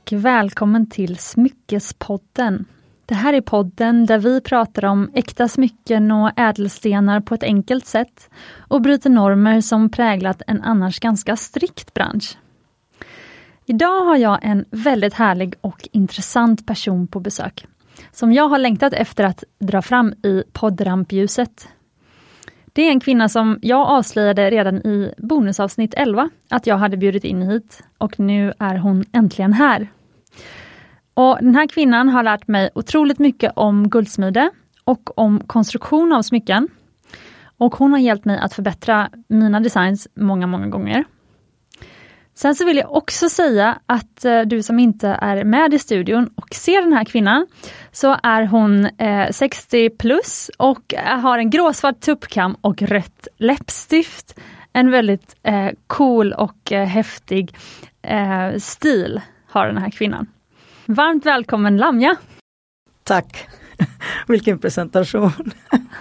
och välkommen till Smyckespodden. Det här är podden där vi pratar om äkta smycken och ädelstenar på ett enkelt sätt och bryter normer som präglat en annars ganska strikt bransch. Idag har jag en väldigt härlig och intressant person på besök som jag har längtat efter att dra fram i poddrampljuset. Det är en kvinna som jag avslöjade redan i bonusavsnitt 11 att jag hade bjudit in hit och nu är hon äntligen här. Och den här kvinnan har lärt mig otroligt mycket om guldsmide och om konstruktion av smycken. Och hon har hjälpt mig att förbättra mina designs många gånger. Sen så vill jag också säga att du som inte är med i studion och ser den här kvinnan, så är hon 60 plus och har en gråsvart tuppkam och rött läppstift. En väldigt cool och häftig stil har den här kvinnan. Varmt välkommen Lamja! Tack! Vilken presentation!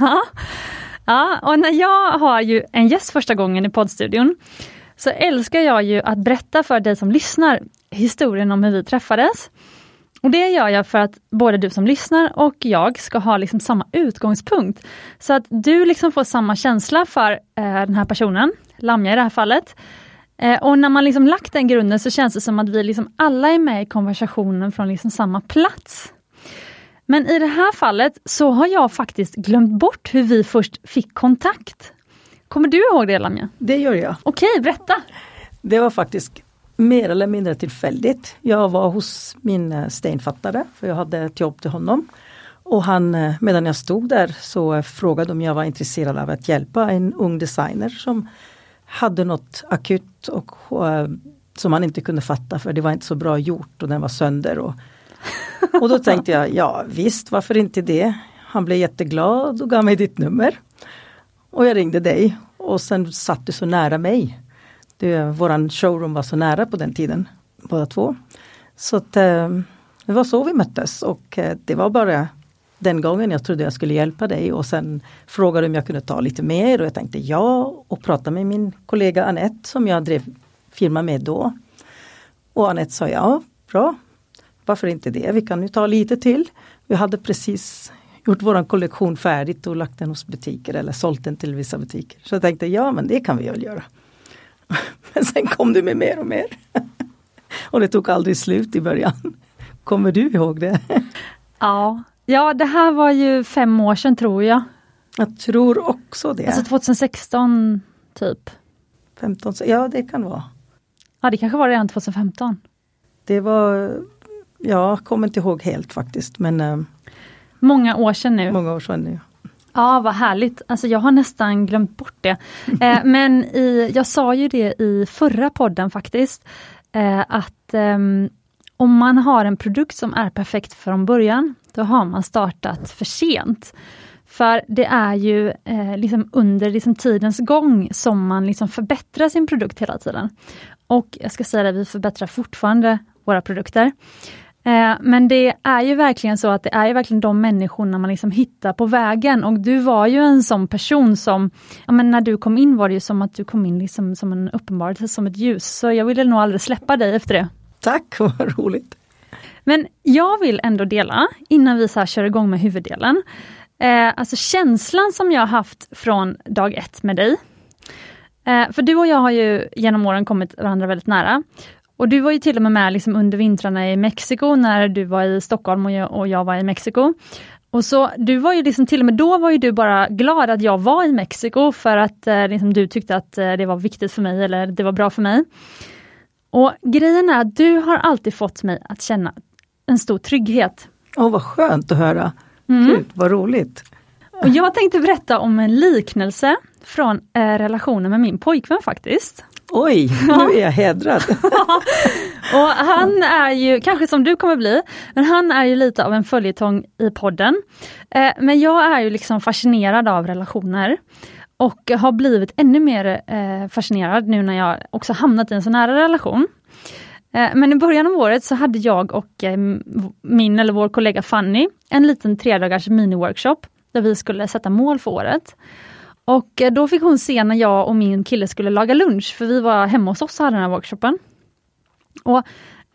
Ja, och när jag har ju en gäst första gången i poddstudion så älskar jag ju att berätta för dig som lyssnar historien om hur vi träffades. Och det gör jag för att både du som lyssnar och jag ska ha liksom samma utgångspunkt. Så att du liksom får samma känsla för den här personen, Lamja i det här fallet. Och när man liksom lagt den grunden så känns det som att vi liksom alla är med i konversationen från liksom samma plats. Men i det här fallet så har jag faktiskt glömt bort hur vi först fick kontakt. Kommer du ihåg det, Lamja? Det gör jag. Okej, berätta. Det var faktiskt mer eller mindre tillfälligt. Jag var hos min stenfattare för jag hade ett jobb till honom. Och han, medan jag stod där så frågade om jag var intresserad av att hjälpa en ung designer som hade något akut och som han inte kunde fatta för det var inte så bra gjort och den var sönder. Och då tänkte jag, ja visst, varför inte det? Han blev jätteglad och gav mig ditt nummer. Och jag ringde dig och sen satt du så nära mig. Våran showroom var så nära på den tiden, båda två. Så att, det var så vi möttes och det var bara den gången jag trodde jag skulle hjälpa dig. Och sen frågade om jag kunde ta lite mer och jag tänkte ja och prata med min kollega Annette som jag drev firma med då. Och Annette sa ja, bra. Varför inte det? Vi kan ju ta lite till. Vi hade precis gjort våran kollektion färdigt och lagt den hos butiker eller sålt den till vissa butiker. Så jag tänkte, ja men det kan vi väl göra. Men sen kom du med mer och mer. Och det tog aldrig slut i början. Kommer du ihåg det? Ja, det här var ju 5 år sedan tror jag. Jag tror också det. Alltså 2016 typ. 15, ja det kan vara. Ja, det kanske var redan 2015. Det var, jag kommer inte ihåg helt faktiskt. Men många år sedan nu. Många år sedan nu. Ja, vad härligt. Alltså jag har nästan glömt bort det. Men jag sa ju det i förra podden faktiskt. Att om man har en produkt som är perfekt från början, då har man startat för sent. För det är ju liksom under liksom tidens gång som man liksom förbättrar sin produkt hela tiden. Och jag ska säga att vi förbättrar fortfarande våra produkter. Men det är ju verkligen så att det är ju verkligen de människorna man liksom hittar på vägen. Och du var ju en sån person som, ja men när du kom in var det ju som att du kom in liksom som en uppenbarelse, som ett ljus. Så jag ville nog aldrig släppa dig efter det. Tack, vad roligt. Men jag vill ändå dela, innan vi så här kör igång med huvuddelen. Alltså känslan som jag har haft från dag 1 med dig. För du och jag har ju genom åren kommit varandra väldigt nära. Och du var ju till och med liksom under vintrarna i Mexiko när du var i Stockholm och jag var i Mexiko. Och så du var ju liksom till och med då var ju du bara glad att jag var i Mexiko för att liksom du tyckte att det var viktigt för mig eller det var bra för mig. Och grejen är att du har alltid fått mig att känna en stor trygghet. Vad skönt att höra. Gud, vad roligt. Och jag tänkte berätta om en liknelse från relationen med min pojkvän faktiskt. Oj, nu är jag hedrad. Och han är ju, kanske som du kommer bli, men han är ju lite av en följetong i podden. Men jag är ju liksom fascinerad av relationer. Och har blivit ännu mer fascinerad nu när jag också hamnat i en så nära relation. Men i början av året så hade jag och vår kollega Fanny en liten 3-dagars mini-workshop där vi skulle sätta mål för året. Och då fick hon se när jag och min kille skulle laga lunch, för vi var hemma hos oss och hade den här workshopen. Och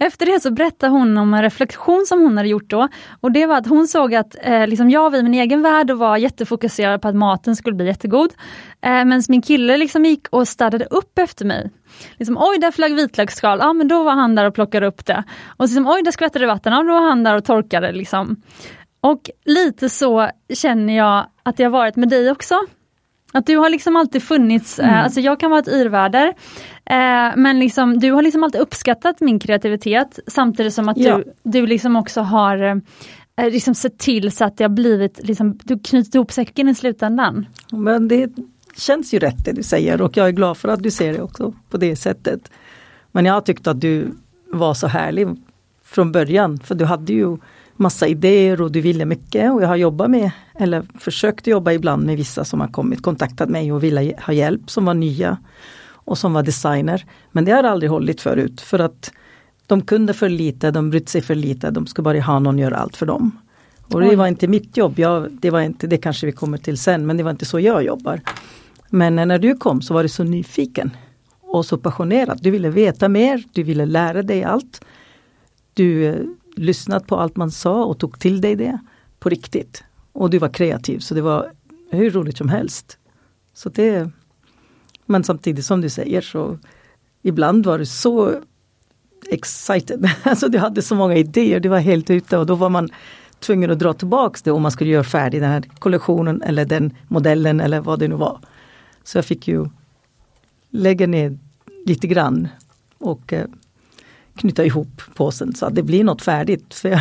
Efter det så berättade hon om en reflektion som hon hade gjort då. Och det var att hon såg att liksom jag var i min egen värld och var jättefokuserad på att maten skulle bli jättegod. Medan min kille liksom gick och städade upp efter mig. Liksom, oj, där flög vitlöksskal. Ja, men då var han där och plockade upp det. Och så liksom, oj, där skvättade vatten. Ja, då var han där och torkade liksom. Och lite så känner jag att det har varit med dig också. Att du har liksom alltid funnits, alltså jag kan vara ett yrväder, men liksom, du har liksom alltid uppskattat min kreativitet samtidigt som att du liksom också har liksom sett till så att det har blivit, liksom, du knyter ihop säcken i slutändan. Men det känns ju rätt det du säger och jag är glad för att du ser det också på det sättet. Men jag tyckte att du var så härlig från början, för du hade ju massa idéer och du ville mycket och jag har jobbat med, eller försökt jobba ibland med vissa som har kontaktat mig och ville ha hjälp, som var nya och som var designer. Men det har aldrig hållit förut, för att de kunde för lite, de brydde sig för lite, de skulle bara ha någon göra allt för dem. Och det var inte mitt jobb, det kanske vi kommer till sen, men det var inte så jag jobbar. Men när du kom så var du så nyfiken och så passionerad. Du ville veta mer, du ville lära dig allt. Du lyssnat på allt man sa och tog till dig det på riktigt. Och du var kreativ, så det var hur roligt som helst. Så det, men samtidigt som du säger så ibland var du så excited. Alltså du hade så många idéer, du var helt ute och då var man tvungen att dra tillbaka det om man skulle göra färdig den här kollektionen eller den modellen eller vad det nu var. Så jag fick ju lägga ner lite grann och knyta ihop påsen så att det blir något färdigt. För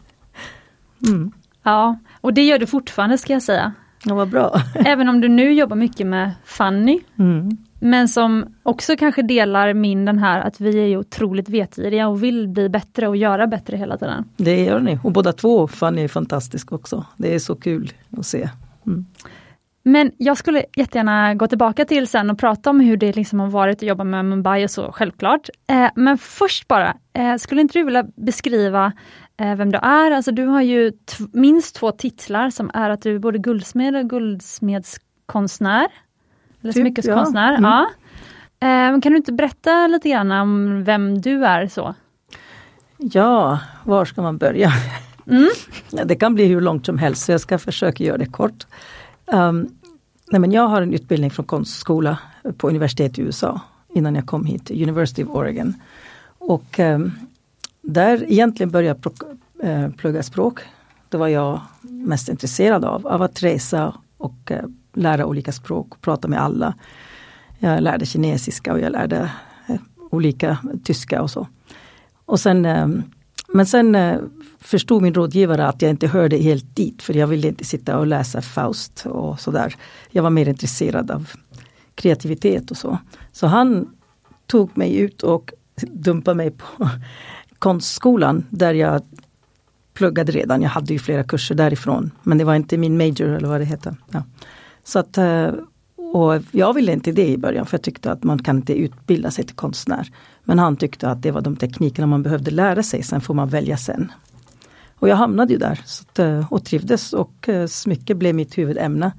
Ja, och det gör du fortfarande, ska jag säga. Ja, vad bra. Även om du nu jobbar mycket med Fanny. Men som också kanske delar den här att vi är ju otroligt vetgiriga och vill bli bättre och göra bättre hela tiden. Det gör ni. Och båda två, Fanny är fantastisk också. Det är så kul att se. Men jag skulle jättegärna gå tillbaka till sen och prata om hur det liksom har varit att jobba med Mumbai och så, självklart. Men först bara, skulle inte du vilja beskriva vem du är? Alltså du har ju minst 2 titlar som är att du är både guldsmed och guldsmedskonstnär. Eller smyckeskonstnär. Ja. Men kan du inte berätta lite grann om vem du är så? Ja, var ska man börja? Det kan bli hur långt som helst, så jag ska försöka göra det kort. Men jag har en utbildning från konstskola på universitet i USA innan jag kom hit, University of Oregon. Och där egentligen började jag plugga språk. Det var jag mest intresserad av att resa och lära olika språk och prata med alla. Jag lärde kinesiska och jag lärde olika tyska och så. Och sen, men sen förstod min rådgivare att jag inte hörde helt dit, för jag ville inte sitta och läsa Faust och sådär. Jag var mer intresserad av kreativitet och så. Så han tog mig ut och dumpade mig på konstskolan där jag pluggade redan. Jag hade ju flera kurser därifrån, men det var inte min major eller vad det heter. Ja. Så att, och jag ville inte det i början, för jag tyckte att man kan inte utbilda sig till konstnär. Men han tyckte att det var de teknikerna man behövde lära sig, sen får man välja sen. Och jag hamnade ju där så att, och trivdes, och smycke blev mitt huvudämne.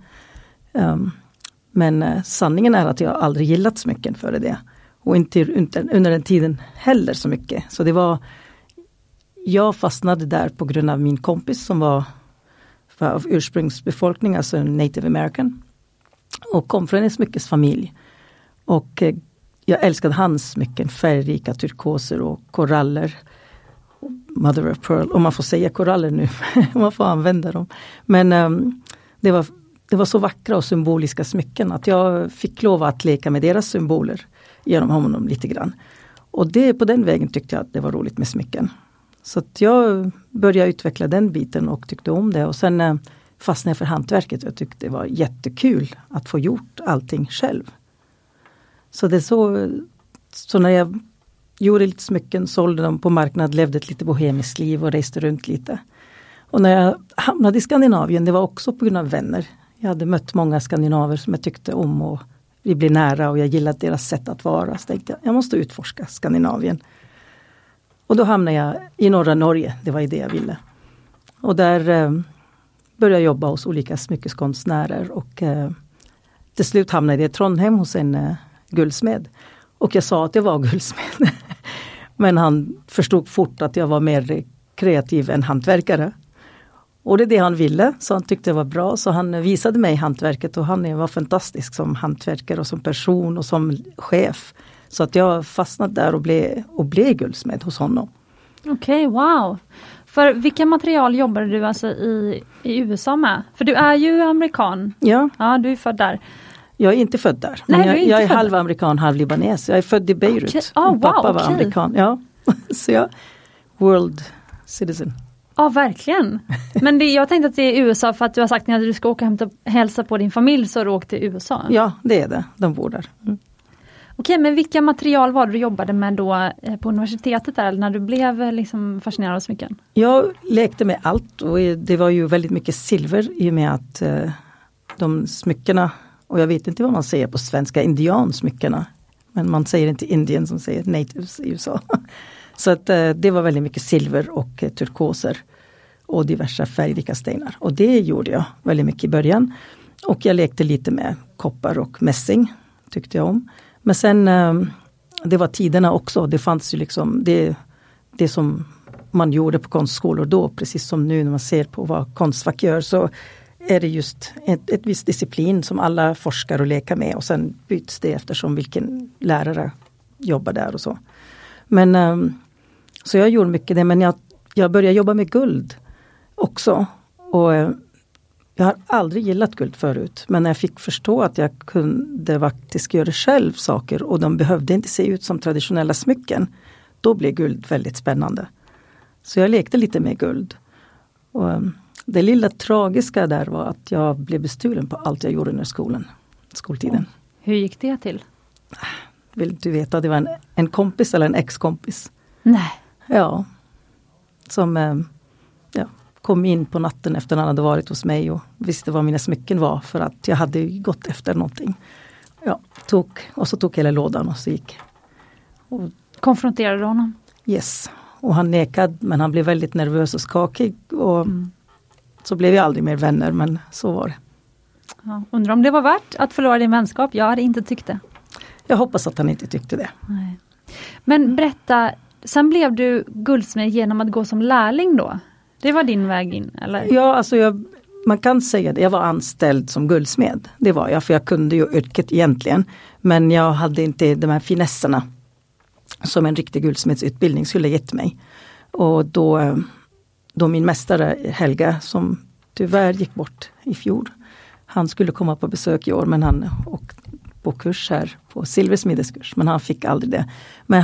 Men sanningen är att jag aldrig gillat smycken före det. Och inte under den tiden heller så mycket. Så det var, jag fastnade där på grund av min kompis som var av ursprungsbefolkning, alltså native american. Och kom från en smyckesfamilj. Och jag älskade hans smycken, färgrika turkoser och koraller. Mother of pearl, om man får säga koraller nu, man får använda dem. Men det var så vackra och symboliska smycken att jag fick lov att leka med deras symboler genom honom lite grann. Och det, på den vägen tyckte jag att det var roligt med smycken. Så att jag började utveckla den biten och tyckte om det. Och sen fastnade jag för hantverket. Jag tyckte det var jättekul att få gjort allting själv. Så det är så när jag gjorde lite smycken, sålde dem på marknad, levde ett lite bohemiskt liv och reste runt lite. Och när jag hamnade i Skandinavien, det var också på grund av vänner. Jag hade mött många skandinaver som jag tyckte om och vi blev nära och jag gillade deras sätt att vara. Så tänkte jag måste utforska Skandinavien. Och då hamnade jag i norra Norge, det var det jag ville. Och där började jag jobba hos olika smyckeskonstnärer och till slut hamnade jag i Trondheim hos en guldsmed. Och jag sa att jag var guldsmed. Men han förstod fort att jag var mer kreativ än hantverkare. Och det är det han ville, så han tyckte det var bra. Så han visade mig hantverket och han var fantastisk som hantverkare och som person och som chef. Så att jag fastnade där och blev guldsmed hos honom. Okej, wow. För vilka material jobbade du alltså i USA med? För du är ju amerikan. Ja. Ja, du är född där. Jag är inte född där. Nej, Men jag är född. halv amerikan, halv libanes. Jag är född i Beirut. Okay. Oh, wow, pappa var amerikan. Ja. Så jag world citizen. Ja, verkligen. Men jag tänkte att det är USA för att du har sagt att du ska åka och hälsa på din familj så du åkte till USA. Ja, det är det. De bor där. Mm. Okej, men vilka material var det du jobbade med då på universitetet där, eller när du blev liksom fascinerad av smycken? Jag lekte med allt och det var ju väldigt mycket silver i och med att de smyckena, och jag vet inte vad man säger på svenska, indiansmyckena. Men man säger inte Indien som säger natives i USA. Så att det var väldigt mycket silver och turkoser och diverse färgrika stenar. Och det gjorde jag väldigt mycket i början. Och jag lekte lite med koppar och mässing, tyckte jag om. Men sen, det var tiderna också. Det fanns ju liksom det som man gjorde på konstskolor då, precis som nu när man ser på vad Konstfack gör, så är det just ett visst disciplin som alla forskar och leker med. Och sen byts det eftersom vilken lärare jobbar där och så. Men så jag gjorde mycket det, men jag började jobba med guld också. Och jag har aldrig gillat guld förut, men när jag fick förstå att jag kunde faktiskt göra själv saker och de behövde inte se ut som traditionella smycken, då blev guld väldigt spännande. Så jag lekte lite med guld. Och det lilla tragiska där var att jag blev bestulen på allt jag gjorde under skoltiden. Hur gick det till? Vill du veta, det var en kompis eller en ex-kompis. Nej. Ja. Som kom in på natten efter han hade varit hos mig och visste vad mina smycken var för att jag hade gått efter någonting. Ja, och så tog hela lådan och så gick. Och, konfronterade du honom? Yes. Och han nekade, men han blev väldigt nervös och skakig och så blev vi aldrig mer vänner, men så var det. Ja, undrar om det var värt att förlora din vänskap? Jag hade inte tyckt det. Jag hoppas att han inte tyckte det. Nej. Men berätta, sen blev du guldsmed genom att gå som lärling då? Det var din väg in, eller? Ja, alltså man kan säga det. Jag var anställd som guldsmed. Det var jag, för jag kunde ju yrket egentligen. Men jag hade inte de här finesserna som en riktig guldsmedsutbildning skulle gett mig. Och då min mästare Helga, som tyvärr gick bort i fjol. Han skulle komma på besök i år, men han åkte på kurs här, på silversmideskurs. Men han fick aldrig det. Men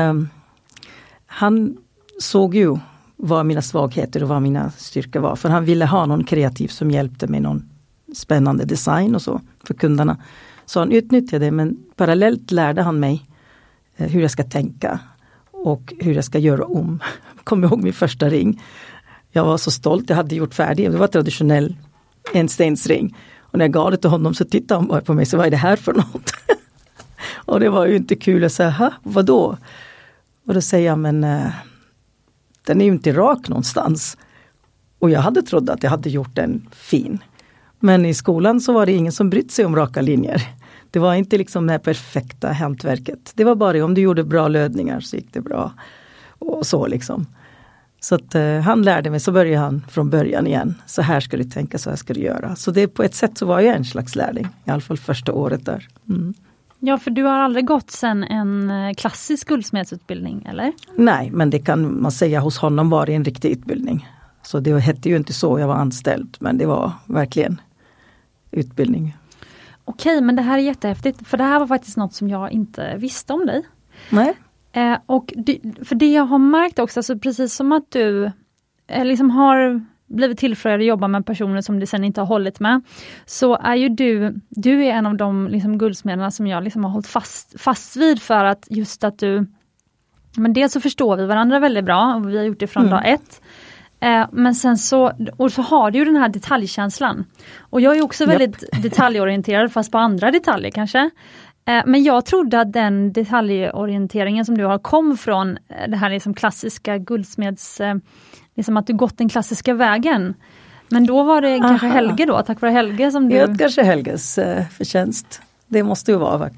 han såg ju vad mina svagheter och vad mina styrkor var. För han ville ha någon kreativ som hjälpte med någon spännande design och så för kunderna. Så han utnyttjade det, men parallellt lärde han mig hur jag ska tänka och hur jag ska göra om. Kom ihåg min första ring. Jag var så stolt, jag hade gjort färdig. Det var traditionell enstensring. Och när jag gav det till honom så tittade han bara på mig, så vad är det här för något? Och det var ju inte kul att säga, vadå? Och då säger jag, men den är ju inte rak någonstans. Och jag hade trott att jag hade gjort den fin. Men i skolan så var det ingen som brytt sig om raka linjer. Det var inte liksom det perfekta hantverket. Det var bara om du gjorde bra lödningar så gick det bra. Och så liksom. Så att han lärde mig, så började han från början igen. Så här ska du tänka, så här ska du göra. Så det på ett sätt så var jag en slags lärling. I alla fall första året där. Mm. Ja, för du har aldrig gått sen en klassisk guldsmedsutbildning, eller? Nej, men det kan man säga hos honom var det en riktig utbildning. Så det hette ju inte så jag var anställd, men det var verkligen utbildning. Okej, men det här är jättehäftigt, för det här var faktiskt något som jag inte visste om dig. Nej. Och för det jag har märkt också, alltså precis som att du liksom har blivit tillfrågad att jobba med personer som du sen inte har hållit med, så är ju du är en av de liksom guldsmederna som jag liksom har hållit fast vid, för att just att men dels så förstår vi varandra väldigt bra och vi har gjort det från dag ett. Men sen så har du ju den här detaljkänslan. Och jag är också väldigt detaljorienterad, fast på andra detaljer kanske. Men jag trodde att den detaljorienteringen som du har kom från det här liksom klassiska guldsmeds, liksom att du gått den klassiska vägen. Men då var det kanske Helge då, tack vare Helge som du... Det är kanske Helges förtjänst. Det måste ju vara faktiskt.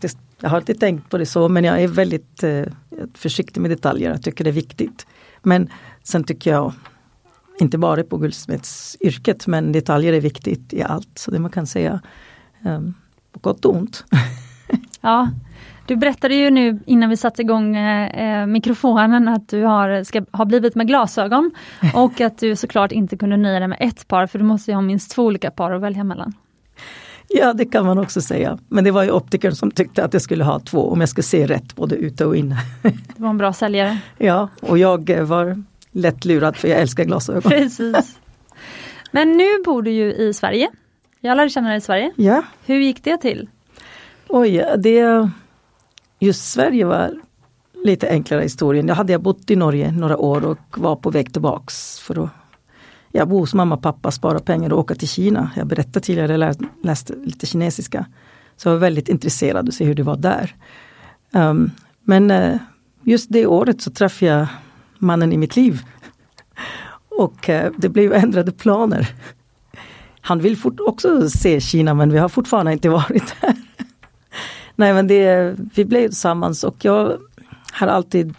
Jag har inte tänkt på det så, men jag är väldigt försiktig med detaljer. Jag tycker det är viktigt. Men sen tycker jag, inte bara på guldsmedsyrket, men detaljer är viktigt i allt. Så det man kan säga på gott och ont. Ja, du berättade ju nu innan vi satte igång mikrofonen att du har blivit med glasögon och att du såklart inte kunde nöja dig med ett par, för du måste ju ha minst 2 olika par att välja mellan. Ja, det kan man också säga. Men det var ju optikern som tyckte att jag skulle ha 2 om jag skulle se rätt både ute och inne. Det var en bra säljare. Ja, och jag var lätt lurad för jag älskar glasögon. Precis. Men nu bor du ju i Sverige. Jag lärde känna dig i Sverige. Ja. Hur gick det till? Oj, just Sverige var lite enklare historien. Jag hade bott i Norge några år och var på väg tillbaks för att bo hos mamma och pappa, spara pengar och åka till Kina. Jag berättade tidigare, jag läste lite kinesiska. Så jag var väldigt intresserad att se hur det var där. Men just det året så träffade jag mannen i mitt liv. Och det blev ändrade planer. Han vill också se Kina, men vi har fortfarande inte varit där. Nej, men vi blev tillsammans och jag har alltid,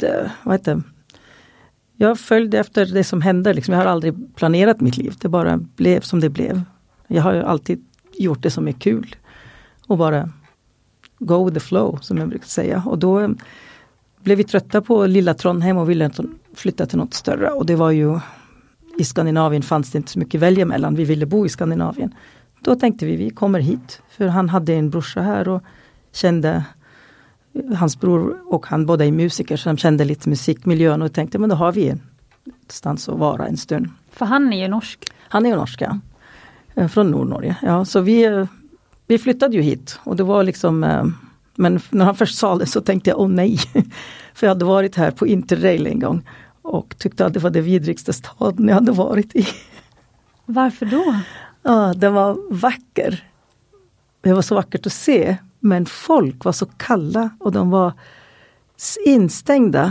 jag följde efter det som hände. Liksom. Jag har aldrig planerat mitt liv. Det bara blev som det blev. Jag har alltid gjort det som är kul. Och bara go with the flow, som jag brukar säga. Och då blev vi trötta på lilla Trondheim och ville flytta till något större. Och det var ju, i Skandinavien fanns det inte så mycket välja mellan. Vi ville bo i Skandinavien. Då tänkte vi kommer hit. För han hade en brorsa här och kände, hans bror och han båda är musiker, så de kände lite musikmiljön och tänkte, men då har vi en stans att vara en stund. För han är ju norsk. Han är ju norsk, ja. Från Nordnorge. Ja, så vi flyttade ju hit och det var liksom, men när han först sa det så tänkte jag, nej. För jag hade varit här på Interrail en gång och tyckte att det var det vidrigaste staden jag hade varit i. Varför då? Ja, den var vacker. Det var så vackert att se. Men folk var så kalla och de var instängda,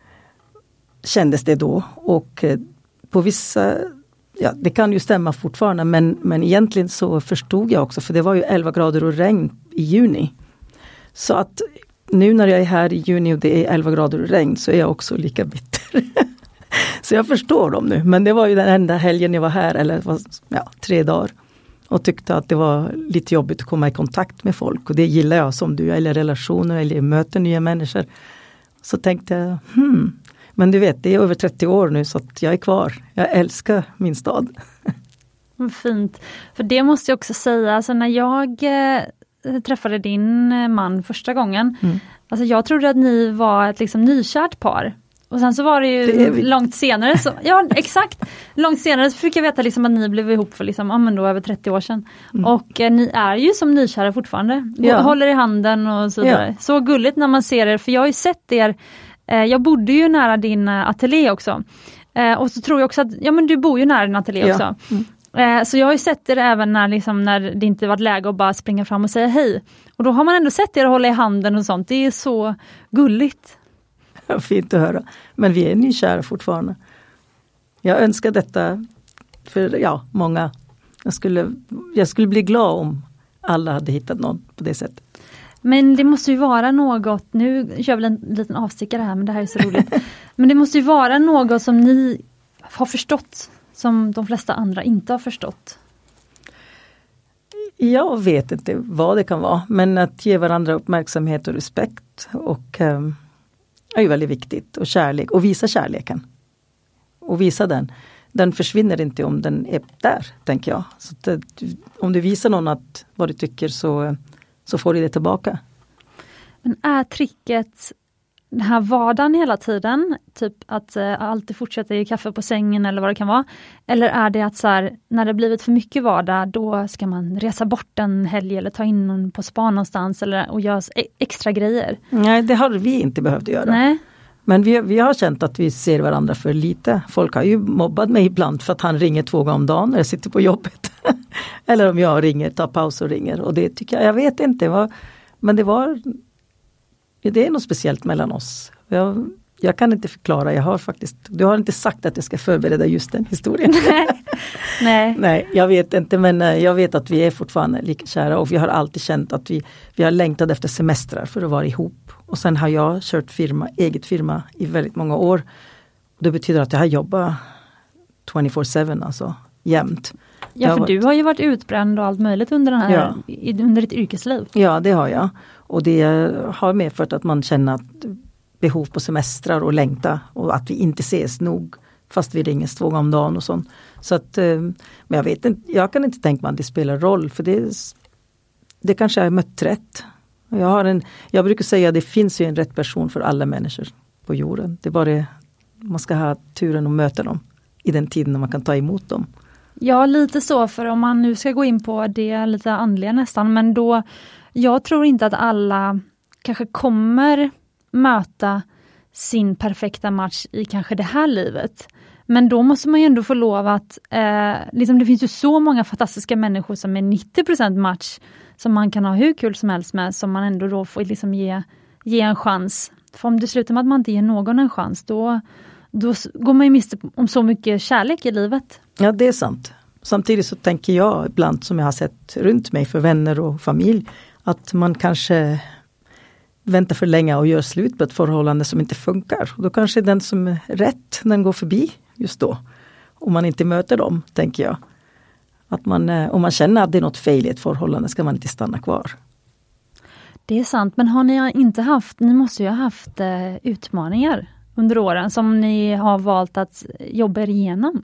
kändes det då. Och på vissa, ja det kan ju stämma fortfarande, men egentligen så förstod jag också, för det var ju 11 grader och regn i juni. Så att nu när jag är här i juni och det är 11 grader och regn så är jag också lika bitter. Så jag förstår dem nu, men det var ju den enda helgen jag var här, eller 3 dagar. Och tyckte att det var lite jobbigt att komma i kontakt med folk. Och det gillar jag som du, eller relationer, eller möter nya människor. Så tänkte jag, men du vet, det är över 30 år nu så att jag är kvar. Jag älskar min stad. Fint. För det måste jag också säga, alltså när jag träffade din man första gången. Alltså jag trodde att ni var ett liksom nykärt par. Och sen så var det ju långt senare, långt senare så fick jag veta liksom att ni blev ihop för liksom, men då över 30 år sedan. Och ni är ju som nykära fortfarande. Håller i handen och så vidare. Så gulligt när man ser er, för jag har ju sett er, jag bodde ju nära din ateljé också. Och så tror jag också att, men du bor ju nära din ateljé också. Så jag har ju sett er även när det inte varit läge att bara springa fram och säga hej. Och då har man ändå sett er hålla i handen och sånt. Det är så gulligt. Fint att höra. Men vi är nykära fortfarande. Jag önskar detta för många. Jag skulle bli glad om alla hade hittat någon på det sättet. Men det måste ju vara något, nu kör vi en liten avstickare här, men det här är så roligt. Men det måste ju vara något som ni har förstått som de flesta andra inte har förstått. Jag vet inte vad det kan vara, men att ge varandra uppmärksamhet och respekt och är ju väldigt viktigt, och kärlek, och visa kärleken. Och visa den. Den försvinner inte om den är där, tänker jag. Så att, om du visar någon att vad du tycker så får du det tillbaka. Men är tricket den här vardagen hela tiden? Typ att alltid fortsätta ge kaffe på sängen eller vad det kan vara? Eller är det att så här, när det blivit för mycket vardag, då ska man resa bort en helg eller ta in någon på spa någonstans och göra extra grejer? Nej, det har vi inte behövt göra. Nej. Men vi har känt att vi ser varandra för lite. Folk har ju mobbat mig ibland för att han ringer 2 gånger om dagen när jag sitter på jobbet. Eller om jag tar paus och ringer. Och det tycker jag vet inte. Men det är något speciellt mellan oss. jag kan inte förklara. Du har inte sagt att jag ska förbereda just den historien. Nej, jag vet inte, men jag vet att vi är fortfarande lika kära och vi har alltid känt att vi har längtat efter semestrar för att vara ihop. Och sen har jag kört eget firma i väldigt många år. Det betyder att jag har jobbat 24/7, alltså jämt. Ja, för du har ju varit utbränd och allt möjligt under under ditt yrkesliv. Ja, det har jag. Och det har medfört att man känner att behov på semestrar och längta och att vi inte ses nog fast vi ringer 2 gånger om dagen och sånt. Så att, men jag vet inte, jag kan inte tänka mig att det spelar roll för det kanske är mött rätt. Jag brukar säga att det finns ju en rätt person för alla människor på jorden. Det är bara man ska ha turen att möta dem i den tiden när man kan ta emot dem. Ja, lite så, för om man nu ska gå in på det lite andliga nästan, men då, jag tror inte att alla kanske kommer möta sin perfekta match i kanske det här livet. Men då måste man ju ändå få lov att, liksom det finns ju så många fantastiska människor som är 90% match som man kan ha hur kul som helst med, som man ändå då får liksom ge en chans. För om det slutar med att man inte ger någon en chans, då går man ju miste om så mycket kärlek i livet. Ja, det är sant. Samtidigt så tänker jag ibland, som jag har sett runt mig för vänner och familj, att man kanske väntar för länge och gör slut på ett förhållande som inte funkar. Och då kanske den som är rätt, den går förbi just då. Om man inte möter dem, tänker jag. Att om man känner att det är något fel i ett förhållande ska man inte stanna kvar. Det är sant, men har ni måste ju ha haft utmaningar under åren som ni har valt att jobba igenom?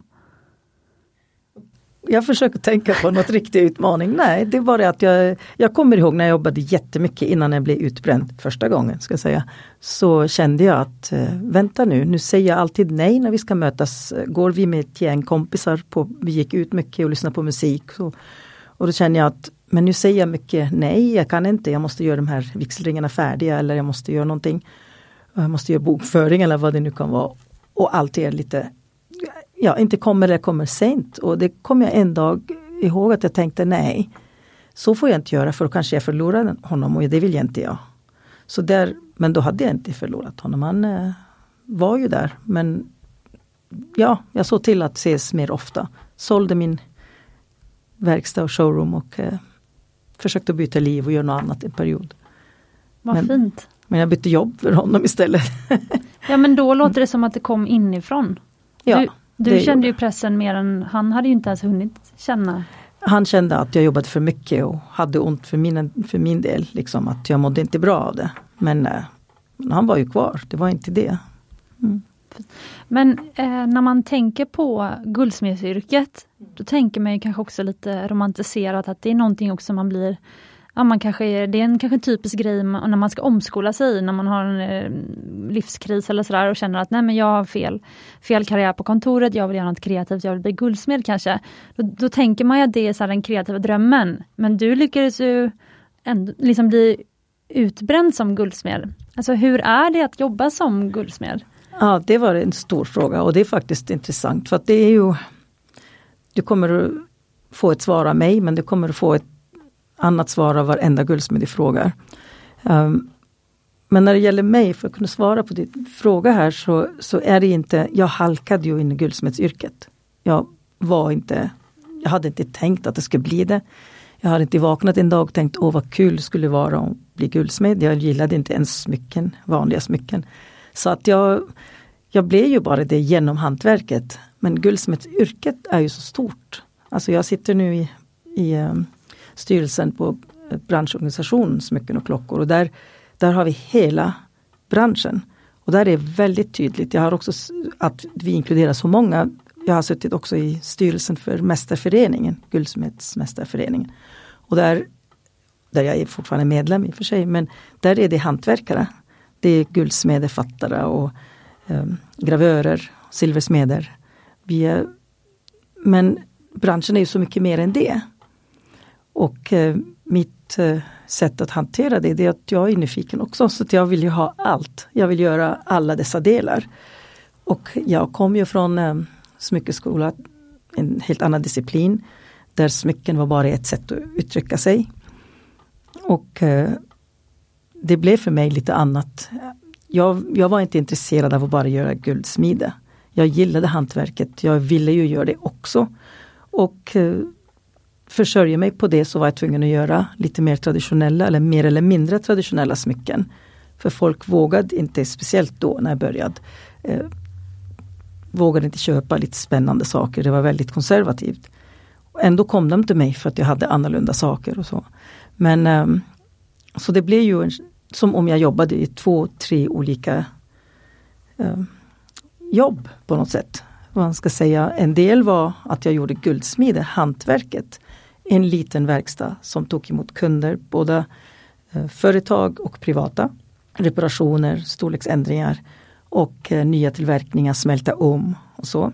Jag försöker tänka på något riktig utmaning. Nej, det är bara att jag kommer ihåg när jag jobbade jättemycket innan jag blev utbränd första gången, ska jag säga. Så kände jag att vänta nu säger jag alltid nej när vi ska mötas. Går vi med ett gäng kompisar vi gick ut mycket och lyssnade på musik. Och då kände jag att men nu säger jag mycket nej, jag kan inte. Jag måste göra de här vigselringarna färdiga eller jag måste göra någonting. Jag måste göra bokföring eller vad det nu kan vara. Och allt är lite, inte kommer eller kommer sent. Och det kom jag en dag ihåg att jag tänkte nej, så får jag inte göra för då kanske jag förlorar honom och det vill jag inte jag. Men då hade jag inte förlorat honom. Han var ju där. Men jag såg till att ses mer ofta. Sålde min verkstad och showroom och försökte byta liv och göra något annat i en period. Vad fint. Men jag bytte jobb för honom istället. Ja, men då låter det som att det kom inifrån. Ja, du kände ju pressen mer än han hade ju inte ens hunnit känna. Han kände att jag jobbade för mycket och hade ont för min del. Liksom, att jag mådde inte bra av det. Men han var ju kvar, det var inte det. Mm. Men när man tänker på guldsmedsyrket, då tänker man ju kanske också lite romantiserat att det är någonting också man blir, det är en kanske typisk grej när man ska omskola sig, när man har en livskris eller sådär och känner att nej, men jag har fel karriär på kontoret, jag vill göra något kreativt, jag vill bli guldsmed kanske. Då tänker man ju att det är så här den kreativa drömmen. Men du lyckades ju ändå liksom bli utbränd som guldsmed. Alltså hur är det att jobba som guldsmed? Ja, det var en stor fråga och det är faktiskt intressant för att det är ju, du kommer att få ett svar av mig men du kommer att få ett annat svar av varenda guldsmed du frågar. Men när det gäller mig, för att kunna svara på din fråga här så är det inte, jag halkade ju in i guldsmedsyrket. Jag hade inte tänkt att det skulle bli det. Jag hade inte vaknat en dag och tänkt, vad kul skulle det vara att bli guldsmed. Jag gillade inte ens smycken, vanliga smycken. Så att jag blev ju bara det genom hantverket. Men guldsmedsyrket är ju så stort. Alltså jag sitter nu i styrelsen på branschorganisationen Smycken och klockor. Och där har vi hela branschen. Och där är väldigt tydligt. Jag har också att vi inkluderar så många. Jag har suttit också i styrelsen för mästarföreningen, Guldsmedsmästarföreningen. Och där jag är fortfarande medlem i och för sig. Men där är det hantverkare. Det är guldsmeder, fattare och gravörer, silversmeder. Men branschen är ju så mycket mer än det. Och mitt sätt att hantera det är att jag är nyfiken också. Så att jag vill ju ha allt. Jag vill göra alla dessa delar. Och jag kom ju från smyckeskola, en helt annan disciplin. Där smycken var bara ett sätt att uttrycka sig. Och det blev för mig lite annat. jag var inte intresserad av att bara göra guldsmide. Jag gillade hantverket, jag ville ju göra det också. Och försörja mig på det så var jag tvungen att göra lite mer traditionella eller mer eller mindre traditionella smycken. För folk vågade inte, speciellt då när jag började, vågade inte köpa lite spännande saker. Det var väldigt konservativt. Och ändå kom de till mig för att jag hade annorlunda saker och så. Men så det blev ju som om jag jobbade i 2-3 olika jobb på något sätt. Man ska säga, en del var att jag gjorde guldsmide, hantverket. En liten verkstad som tog emot kunder, både företag och privata. Reparationer, storleksändringar och nya tillverkningar, smälta om och så.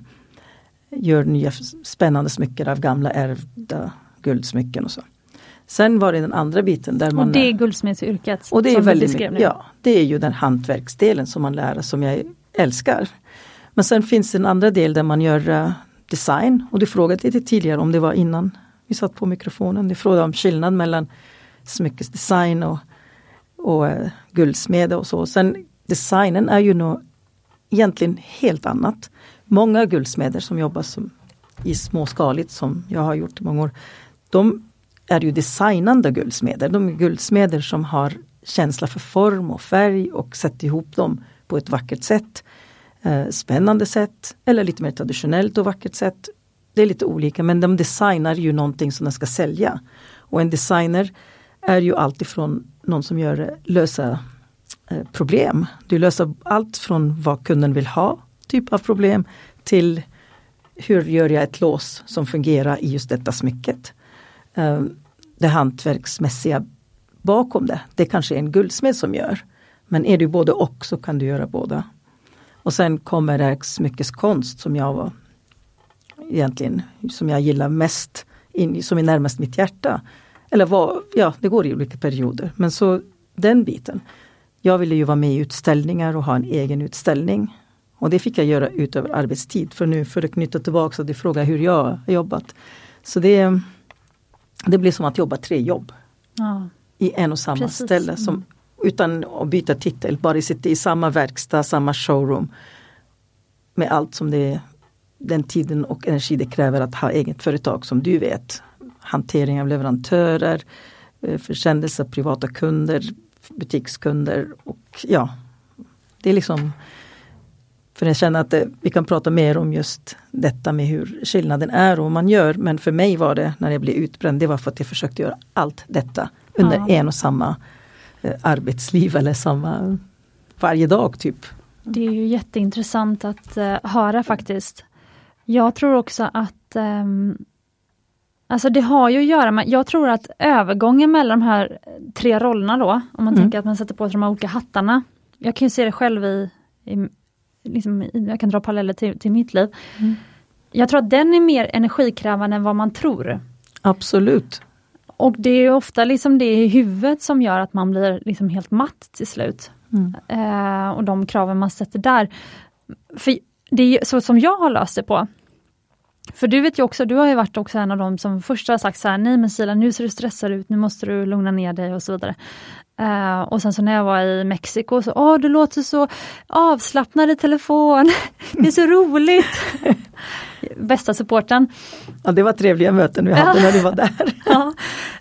Gör nya spännande smycken av gamla ärvda guldsmycken och så. Sen var det den andra biten där man... Och det är guldsmedsyrket. Och det är väldigt mycket, ja, det är ju den hantverksdelen som man lär, som jag älskar. Men sen finns det en andra del där man gör design. Och du frågade lite tidigare om det var innan vi satt på mikrofonen. Du frågade om skillnad mellan smyckesdesign och guldsmede och så. Sen designen är ju nog egentligen helt annat. Många guldsmeder som jobbar i småskaligt, som jag har gjort i många år, de är ju designande guldsmeder. De är guldsmeder som har känsla för form och färg och sätter ihop dem på ett vackert sätt. Spännande sätt eller lite mer traditionellt och vackert sätt. Det är lite olika, men de designar ju någonting som de ska sälja. Och en designer är ju alltifrån någon som löser problem. Du löser allt från vad kunden vill ha, typ av problem, till hur gör jag ett lås som fungerar i just detta smycket. Det hantverksmässiga bakom det kanske är en guldsmed som gör. Men är du både och så kan du göra båda. Och sen kommer det smyckeskonst som jag var egentligen, som jag gillar mest, som är närmast mitt hjärta. Eller det går i olika perioder. Men så den biten. Jag ville ju vara med i utställningar och ha en egen utställning. Och det fick jag göra utöver arbetstid. För att knyta tillbaka så du frågar hur jag har jobbat. Så det blir som att jobba 3 jobb. Ja. I en och samma ställe. Utan att byta titel. Bara sitta i samma verkstad, samma showroom. Med allt som den tiden och energi det kräver att ha eget företag, som du vet. Hantering av leverantörer, försändelser, privata kunder, butikskunder och ja, det är liksom, för jag känner att vi kan prata mer om just detta med hur skillnaden är och vad man gör, men för mig var det, när jag blev utbränd, det var för att jag försökte göra allt detta under en och samma arbetsliv eller samma varje dag typ. Det är ju jätteintressant att höra faktiskt. Jag tror också att alltså det har ju att göra med, jag tror att övergången mellan de här 3 rollerna då, om man tänker att man sätter på sig de här olika hattarna. Jag kan ju se det själv jag kan dra paralleller till mitt liv. Jag tror att den är mer energikrävande än vad man tror. Absolut. Och det är ofta liksom det i huvudet som gör att man blir liksom helt matt till slut. Och de kraven man sätter där. För det är så som jag har löst det på. För du vet ju också, du har ju varit också en av dem som först har sagt så här: nej men Sila, nu ser du stressad ut, nu måste du lugna ner dig och så vidare. Och sen så när jag var i Mexiko så, du låter så avslappnad i telefon, det är så roligt. Bästa supporten. Ja, det var trevliga möten vi hade när du var där. Ja.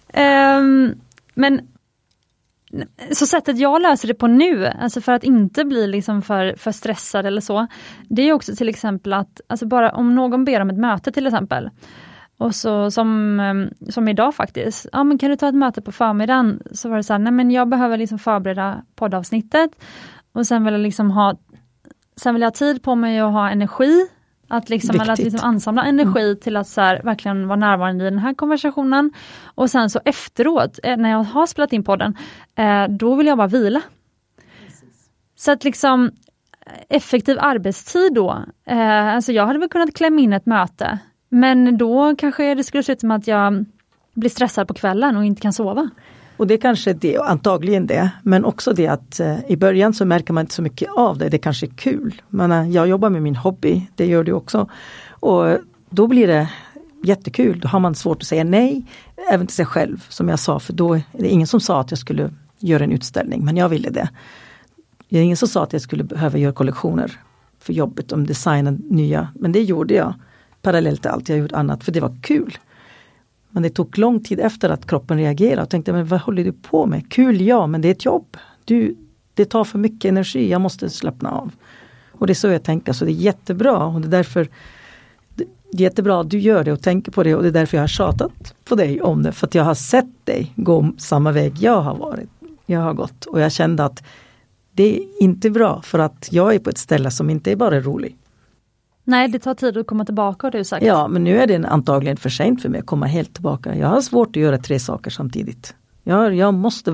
Men så sättet jag löser det på nu, alltså för att inte bli liksom för stressad eller så, det är också till exempel att, alltså bara om någon ber om ett möte till exempel, och så som idag faktiskt, men kan du ta ett möte på förmiddagen, så var det så här, nej men jag behöver liksom förbereda poddavsnittet och sen vill jag ha tid på mig att ha energi, att liksom ansamla energi till att så här, verkligen vara närvarande i den här konversationen. Och sen så efteråt, när jag har spelat in podden, då vill jag bara vila. Precis. Så att liksom effektiv arbetstid då, alltså jag hade väl kunnat klämma in ett möte, men då kanske det skulle sluta med att jag blir stressad på kvällen och inte kan sova. Och det är kanske det, antagligen det, men också det att i början så märker man inte så mycket av det. Det kanske är kul. Men jag jobbar med min hobby, det gör du också. Och då blir det jättekul. Då har man svårt att säga nej, även till sig själv, som jag sa. För då är det ingen som sa att jag skulle göra en utställning, men jag ville det. Det är ingen som sa att jag skulle behöva göra kollektioner för jobbet om designa nya. Men det gjorde jag parallellt till allt jag gjort annat, för det var kul. Men det tog lång tid efter att kroppen reagerade och tänkte, men vad håller du på med? Kul, ja, men det är ett jobb. Det tar för mycket energi, jag måste slappna av. Och det är så jag tänker, så det är jättebra. Och det är därför det är jättebra att du gör det och tänker på det. Och det är därför jag har tjatat på dig om det. För att jag har sett dig gå samma väg jag har gått. Och jag kände att det är inte bra, för att jag är på ett ställe som inte är bara rolig. Nej, det tar tid att komma tillbaka, har du sagt. Ja, men nu är det antagligen för sent för mig att komma helt tillbaka. Jag har svårt att göra 3 saker samtidigt. Jag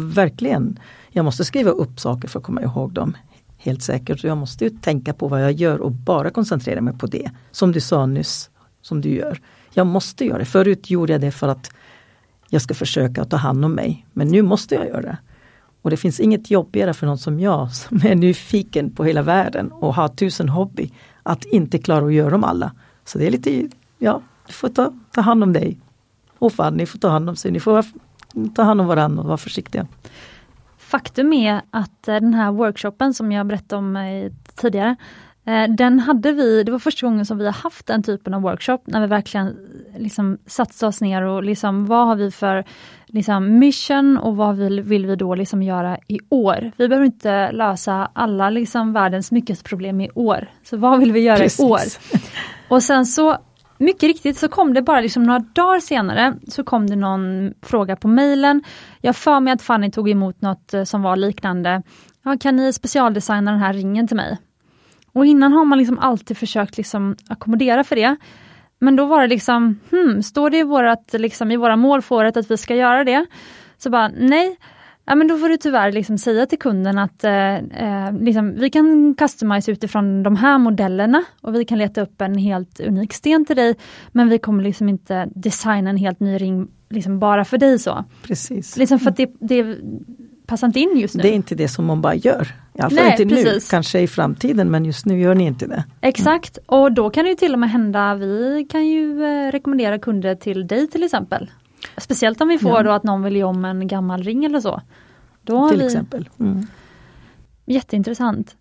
måste skriva upp saker för att komma ihåg dem. Helt säkert. Så jag måste ju tänka på vad jag gör och bara koncentrera mig på det. Som du sa nyss, som du gör. Jag måste göra det. Förut gjorde jag det för att jag ska försöka ta hand om mig. Men nu måste jag göra det. Och det finns inget jobbigare för någon som jag, som är nyfiken på hela världen och har 1000 hobby, att inte klara att göra dem alla. Så det är lite, ja, du får ta hand om dig. Och fan, ni får ta hand om sig. Ni får ta hand om varandra och vara försiktiga. Faktum är att den här workshopen som jag berättade om tidigare, den hade vi, det var första gången som vi har haft den typen av workshop, när vi verkligen liksom satte oss ner och liksom, vad har vi för liksom mission och vad vill vi då liksom göra i år? Vi behöver inte lösa alla liksom världens smyckesproblem i år. Så vad vill vi göra i år? Och sen så, mycket riktigt, så kom det bara liksom några dagar senare, så kom det någon fråga på mejlen. Jag för mig att Fanny tog emot något som var liknande. Ja, kan ni specialdesigna den här ringen till mig? Och innan har man liksom alltid försökt liksom ackommodera för det. Men då var det liksom, står det i våra mål för året att vi ska göra det? Så bara, nej. Ja, men då får du tyvärr liksom säga till kunden att liksom, vi kan customize utifrån de här modellerna. Och vi kan leta upp en helt unik sten till dig. Men vi kommer liksom inte designa en helt ny ring liksom bara för dig så. Precis. Liksom för att det passar inte in just nu. Det är inte det som man bara gör. I alla fall inte precis. Nu, kanske i framtiden, men just nu gör ni inte det. Exakt, och då kan det ju till och med hända, vi kan ju rekommendera kunder till dig till exempel. Speciellt om vi får då att någon vill göra om en gammal ring eller så. Då till exempel. Mm. Jätteintressant.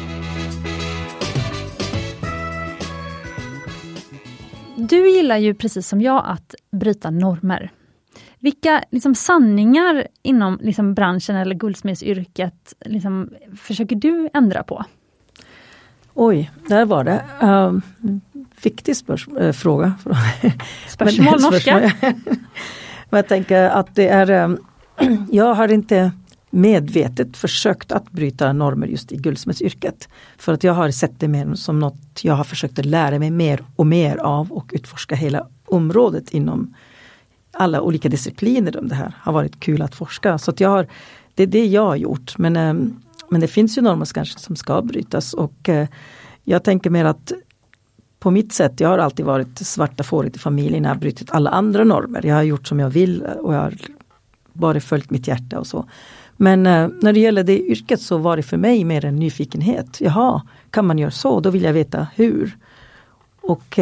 Du gillar ju precis som jag att bryta normer. Vilka liksom sanningar inom liksom branschen eller guldsmedsyrket liksom, försöker du ändra på? Oj, där var det. Viktig fråga. Spörsmål norska. Men jag tänker att det är, jag har inte medvetet försökt att bryta normer just i guldsmedsyrket. För att jag har sett det mer som något jag har försökt att lära mig mer och mer av och utforska hela området inom alla olika discipliner om det här. Har varit kul att forska. Så att det är det jag har gjort. Men det finns ju normer kanske som ska brytas. Och jag tänker mer att på mitt sätt, jag har alltid varit svarta fåret i familjen. Jag har brutit alla andra normer. Jag har gjort som jag vill och jag har bara följt mitt hjärta och så. Men när det gäller det yrket så var det för mig mer en nyfikenhet. Jaha, kan man göra så? Då vill jag veta hur. Och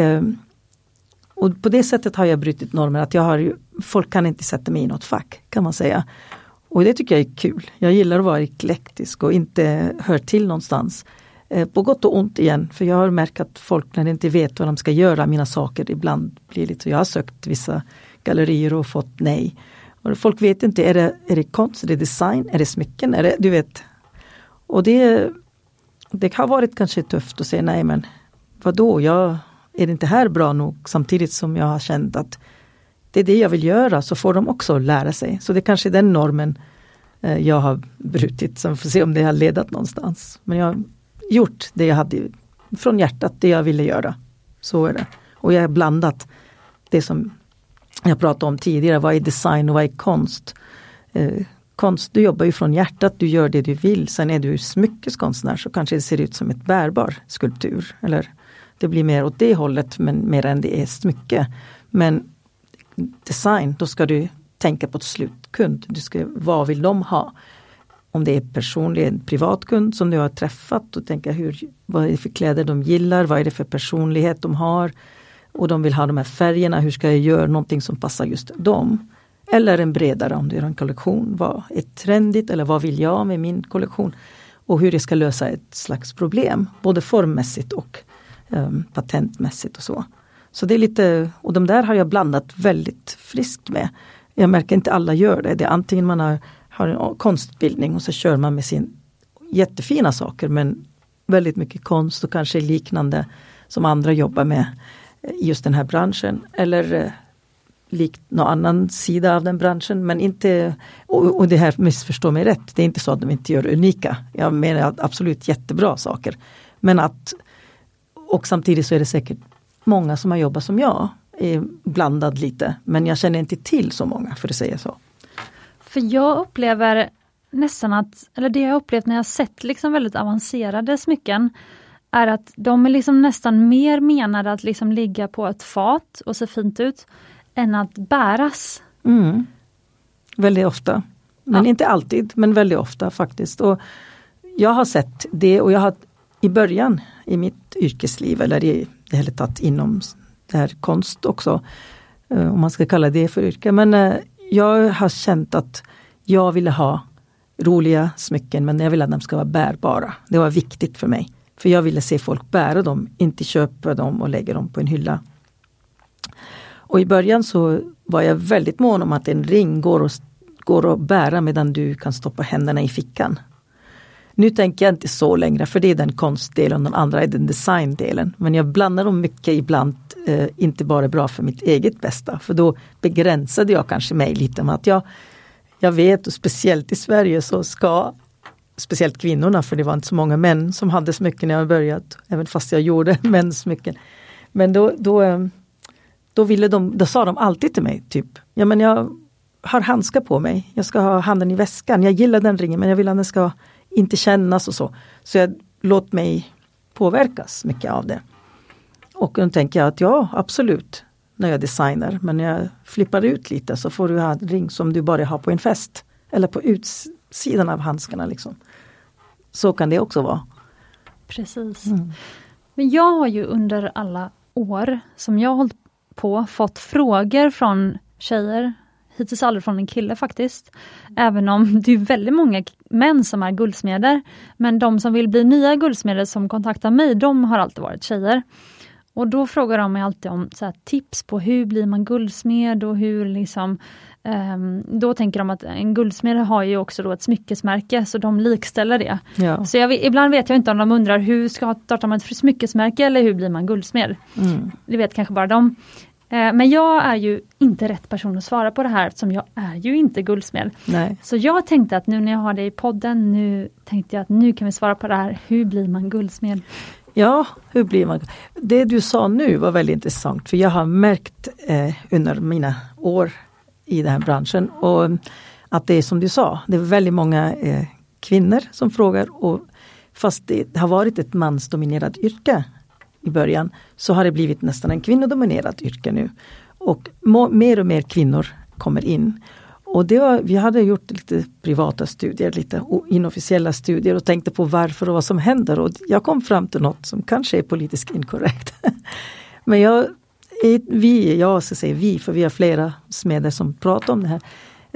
på det sättet har jag brutit normer. Att folk kan inte sätta mig i något fack, kan man säga. Och det tycker jag är kul. Jag gillar att vara eklektisk och inte hör till någonstans. På gott och ont igen. För jag har märkt att folk när de inte vet vad de ska göra, mina saker ibland blir lite. Jag har sökt vissa gallerier och fått nej. Och folk vet inte, är det konst, är det design, är det smycken, är det, du vet. Och det har varit kanske tufft att säga nej, men vadå, är det inte här bra nog? Samtidigt som jag har känt att det är det jag vill göra, så får de också lära sig. Så det är kanske den normen jag har brutit, så vi får se om det har ledat någonstans. Men jag har gjort det jag hade från hjärtat, det jag ville göra. Så är det. Och jag har blandat det som jag pratade om tidigare, vad är design och vad är konst? Konst, du jobbar ju från hjärtat, du gör det du vill. Sen är du smyckeskonstnär så kanske det ser ut som ett bärbar skulptur. Eller det blir mer åt det hållet, men mer än det är smycke. Men design, då ska du tänka på ett slutkund. Vad vill de ha? Om det är personlig, en privat kund som du har träffat och tänka vad är det för kläder de gillar, vad är det för personlighet de har och de vill ha de här färgerna, hur ska jag göra någonting som passar just dem? Eller en bredare, om du har en kollektion, vad är trendigt eller vad vill jag med min kollektion? och hur det ska lösa ett slags problem, både formmässigt och patentmässigt och så. Så det är lite, och de där har jag blandat väldigt friskt med. Jag märker inte alla gör det. Det är antingen man har en konstbildning och så kör man med sin jättefina saker, men väldigt mycket konst och kanske liknande som andra jobbar med i just den här branschen. Eller likt någon annan sida av den branschen, men inte, och det här missförstår mig rätt, det är inte så att de inte gör unika. Jag menar absolut jättebra saker. Men att, och samtidigt så är det säkert många som har jobbat som jag, är blandad lite, men jag känner inte till så många för att säga så. För jag upplever nästan att, eller det jag upplevt när jag sett liksom väldigt avancerade smycken, är att de är liksom nästan mer menade att liksom ligga på ett fat och se fint ut, än att bäras. Väldigt ofta. Men inte alltid, men väldigt ofta faktiskt. Och jag har sett det, och jag har i början i mitt yrkesliv, eller i det hela tatt inom det här konst också, om man ska kalla det för yrke. Men jag har känt att jag ville ha roliga smycken, men jag ville att de ska vara bärbara. Det var viktigt för mig. För jag ville se folk bära dem, inte köpa dem och lägga dem på en hylla. Och i början så var jag väldigt mån om att en ring går att bära medan du kan stoppa händerna i fickan. Nu tänker jag inte så längre, för det är den konstdelen, den andra är den designdelen. Men jag blandar dem mycket ibland, inte bara bra för mitt eget bästa. För då begränsade jag kanske mig lite med att jag vet, och speciellt i Sverige så ska, speciellt kvinnorna, för det var inte så många män som hade smycken när jag började, även fast jag gjorde mäns smycken. Men då ville då sa de alltid till mig typ, ja men jag har handskar på mig, jag ska ha handen i väskan, jag gillar den ringen men jag vill att den ska inte kännas och så. Så jag låt mig påverkas mycket av det. Och då tänker jag att ja, absolut, när jag designar, men när jag flippar ut lite så får du ha en ring som du bara har på en fest eller på utsidan av handskarna liksom. Så kan det också vara. Precis. Men jag har ju under alla år som jag har hållit på fått frågor från tjejer, hittills aldrig från en kille faktiskt, även om det är väldigt många män som är guldsmeder, men de som vill bli nya guldsmeder som kontaktar mig, de har alltid varit tjejer. Och då frågar de mig alltid om så här, tips på hur blir man guldsmed och hur liksom, då tänker de att en guldsmed har ju också då ett smyckesmärke, så de likställer det. Ja. Så ibland vet jag inte om de undrar hur startar man ett smyckesmärke eller hur blir man guldsmed. Det vet kanske bara de. Men jag är ju inte rätt person att svara på det här, eftersom jag är ju inte guldsmed. Nej. Så jag tänkte att nu när jag har det i podden, nu tänkte jag att nu kan vi svara på det här. Hur blir man guldsmed? Ja, hur blir man? Det du sa nu var väldigt intressant, för jag har märkt under mina år i den här branschen och att det är som du sa, det är väldigt många kvinnor som frågar, och fast det har varit ett mansdominerat yrke i början så har det blivit nästan en kvinnodominerat yrke nu. Och mer och mer kvinnor kommer in. Och vi hade gjort lite privata studier, lite inofficiella studier och tänkte på varför och vad som händer. Och jag kom fram till något som kanske är politiskt inkorrekt. Men jag ska säga vi, för vi har flera smeder som pratar om det här.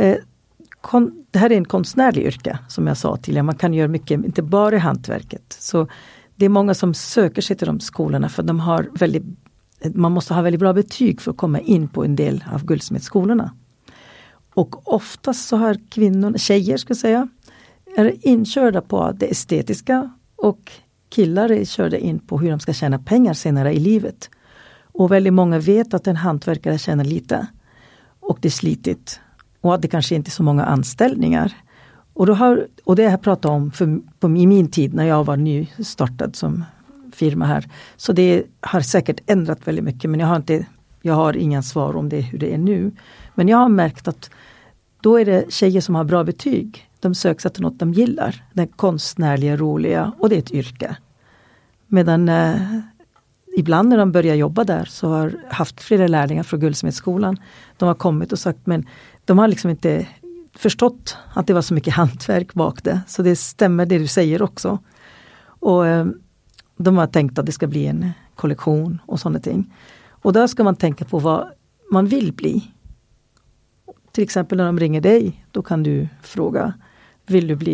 Det här är en konstnärlig yrke, som jag sa till er. Man kan göra mycket, inte bara i hantverket. Så det är många som söker sig till de skolorna för de har man måste ha väldigt bra betyg för att komma in på en del av guldsmedsskolorna. Och oftast så har tjejer ska säga, är inkörda på det estetiska, och killar är körda in på hur de ska tjäna pengar senare i livet. Och väldigt många vet att en hantverkare tjänar lite och det är slitigt och att det kanske inte är så många anställningar. Och det har jag pratat om i min tid när jag var nystartad som firma här. Så det har säkert ändrat väldigt mycket, men jag har inga svar om det, hur det är nu. Men jag har märkt att då är det tjejer som har bra betyg. De söker sig till något de gillar. Det konstnärliga, roliga, och det är ett yrke. Medan ibland när de börjar jobba där så har haft flera lärlingar från Guldsmedsskolan. De har kommit och sagt, men de har liksom inte förstått att det var så mycket hantverk bak det. Så det stämmer det du säger också. Och de har tänkt att det ska bli en kollektion och sådana ting. Och där ska man tänka på vad man vill bli. Till exempel när de ringer dig, då kan du fråga, vill du bli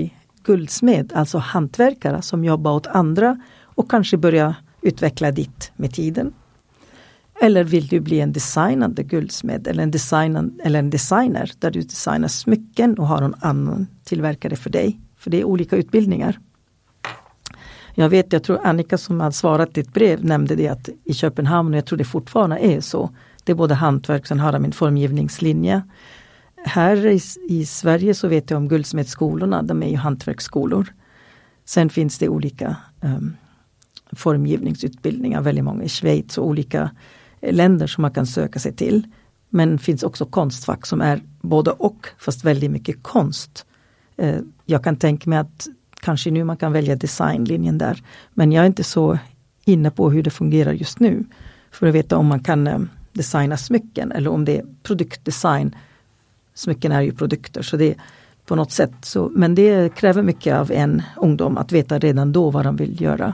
guldsmed, alltså hantverkare som jobbar åt andra och kanske börja utveckla ditt med tiden? Eller vill du bli en designande guldsmed eller en designer där du designar smycken och har någon annan tillverkare för dig? För det är olika utbildningar. Jag tror Annika som hade svarat i ett brev nämnde det att i Köpenhamn, och jag tror det fortfarande är så, det är både hantverk, sen har de en formgivningslinje. Här i Sverige så vet jag om guldsmedsskolorna, de är ju hantverksskolor. Sen finns det olika formgivningsutbildningar, väldigt många i Schweiz och olika länder som man kan söka sig till. Men finns också konstfack som är både och, fast väldigt mycket konst. Jag kan tänka mig att kanske nu man kan välja designlinjen där. Men jag är inte så inne på hur det fungerar just nu. För att veta om man kan designa smycken eller om det är produktdesign. Smycken är ju produkter, så det är på något sätt så. Men det kräver mycket av en ungdom att veta redan då vad de vill göra.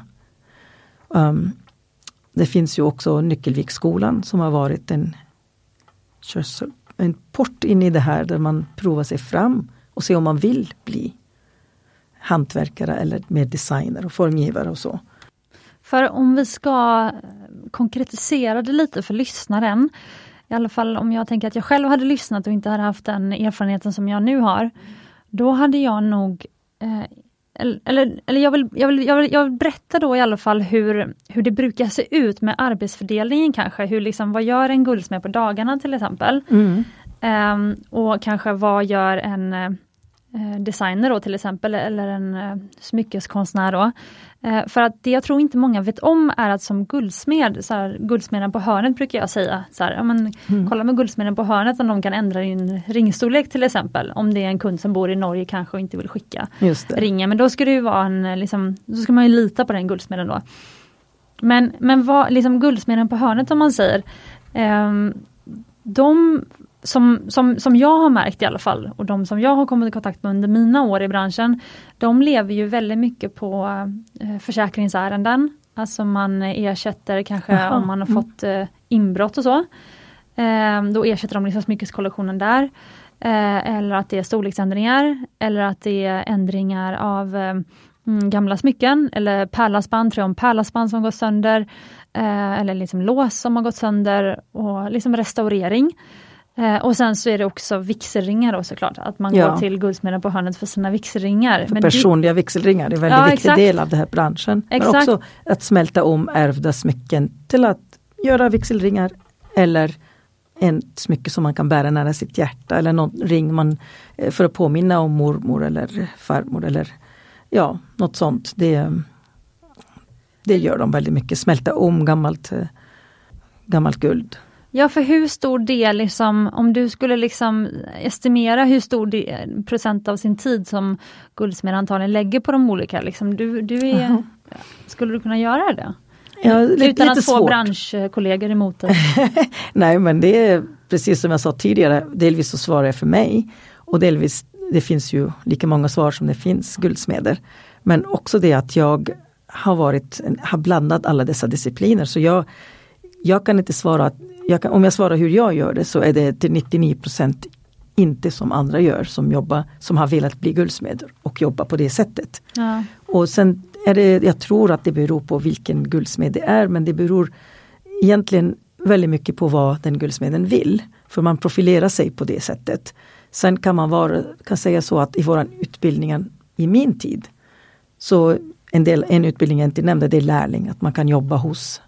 Det finns ju också Nyckelviksskolan som har varit en port in i det här där man provar sig fram och ser om man vill bli hantverkare eller mer designer och formgivare och så. För om vi ska konkretisera det lite för lyssnaren, i alla fall om jag tänker att jag själv hade lyssnat och inte hade haft den erfarenheten som jag nu har, då hade jag nog jag vill berätta då i alla fall hur det brukar se ut med arbetsfördelningen kanske. Hur liksom, vad gör en guldsmed på dagarna till exempel? Och kanske vad gör en designer då till exempel, eller en smyckeskonstnär då. För att det jag tror inte många vet om är att som guldsmed, så här, guldsmeden på hörnet brukar jag säga, så här, kolla med guldsmeden på hörnet om de kan ändra din ringstorlek till exempel, om det är en kund som bor i Norge kanske och inte vill skicka ringen, men då ska det ju vara då ska man ju lita på den guldsmeden då. Men vad, liksom guldsmeden på hörnet om man säger, de som jag har märkt i alla fall, och de som jag har kommit i kontakt med under mina år i branschen, de lever ju väldigt mycket på försäkringsärenden. Alltså man ersätter kanske om man har fått inbrott och så. Då ersätter de liksom smyckeskollektionen där. Eller att det är storleksändringar. Eller att det är ändringar av gamla smycken. Eller pärlasband, tror jag, om pärlasband som går sönder. Eller liksom lås som har gått sönder. Och liksom restaurering. Och sen så är det också vigselringar då såklart. Att man går till guldsmeden på hörnet för sina vigselringar. För personliga vigselringar, det är en väldigt viktig del av den här branschen. Exakt. Men också att smälta om ärvda smycken till att göra vigselringar. Eller en smycke som man kan bära nära sitt hjärta. Eller någon ring man för att påminna om mormor eller farmor. Eller något sånt. Det gör de väldigt mycket. Smälta om gammalt guld. Ja, för hur stor del, liksom, om du skulle liksom estimera hur stor procent av sin tid som guldsmed antagligen lägger på de olika, liksom, skulle du kunna göra det? Ja, utan att få svårt. branschkollegor emot dig? Nej, men det är precis som jag sa tidigare, delvis så svarar jag för mig och delvis, det finns ju lika många svar som det finns guldsmeder. Men också det att jag har blandat alla dessa discipliner, så jag kan inte svara om jag svarar hur jag gör det, så är det till 99% inte som andra gör som har velat bli guldsmed och jobba på det sättet. Ja. Och sen är det, jag tror att det beror på vilken guldsmed det är, men det beror egentligen väldigt mycket på vad den guldsmeden vill. För man profilerar sig på det sättet. Sen kan säga så att i våran utbildningen i min tid, så en utbildning jag inte nämnde, det är lärling. Att man kan jobba hos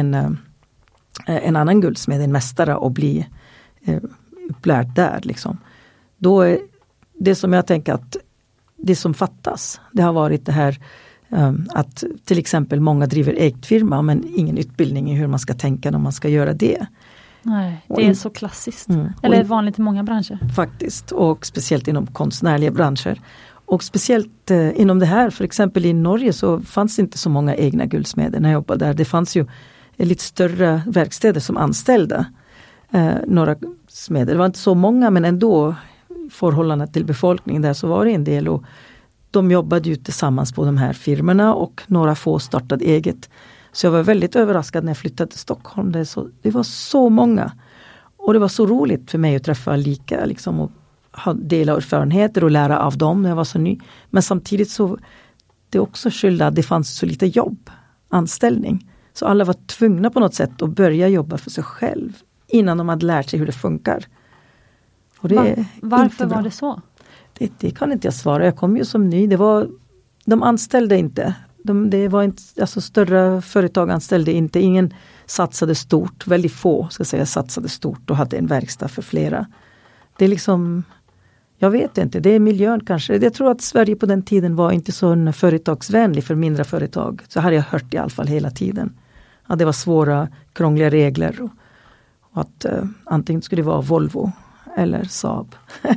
en annan guldsmed, en mästare, och bli upplärd där. Liksom. Då är det som jag tänker att det som fattas, det har varit det här att till exempel många driver eget firma men ingen utbildning i hur man ska tänka när man ska göra det. Nej, det är så klassiskt. Eller vanligt i många branscher. Faktiskt, och speciellt inom konstnärliga branscher. Och speciellt inom det här, för exempel i Norge så fanns det inte så många egna guldsmeder när jag jobbade där. Det fanns ju lite större verkstäder som anställda några smeder. Det var inte så många, men ändå förhållande till befolkningen där så var det en del, och de jobbade ju tillsammans på de här firmorna och några få startade eget. Så jag var väldigt överraskad när jag flyttade till Stockholm. Det var så många. Och det var så roligt för mig att träffa lika liksom, och dela erfarenheter och lära av dem när jag var så ny. Men samtidigt så det är också skyldigt att det fanns så lite jobb, anställning. Så alla var tvungna på något sätt att börja jobba för sig själv innan de hade lärt sig hur det funkar. Och det varför var det så? Det kan inte jag svara. Jag kom ju som ny. De anställde inte. Det var inte, alltså större företag anställde inte. Ingen satsade stort. Väldigt få ska säga satsade stort och hade en verkstad för flera. Det är liksom, jag vet inte, det är miljön kanske. Jag tror att Sverige på den tiden var inte så företagsvänlig för mindre företag. Så har jag hört i alla fall hela tiden. Att det var svåra, krångliga regler. Och att antingen skulle det vara Volvo eller Saab.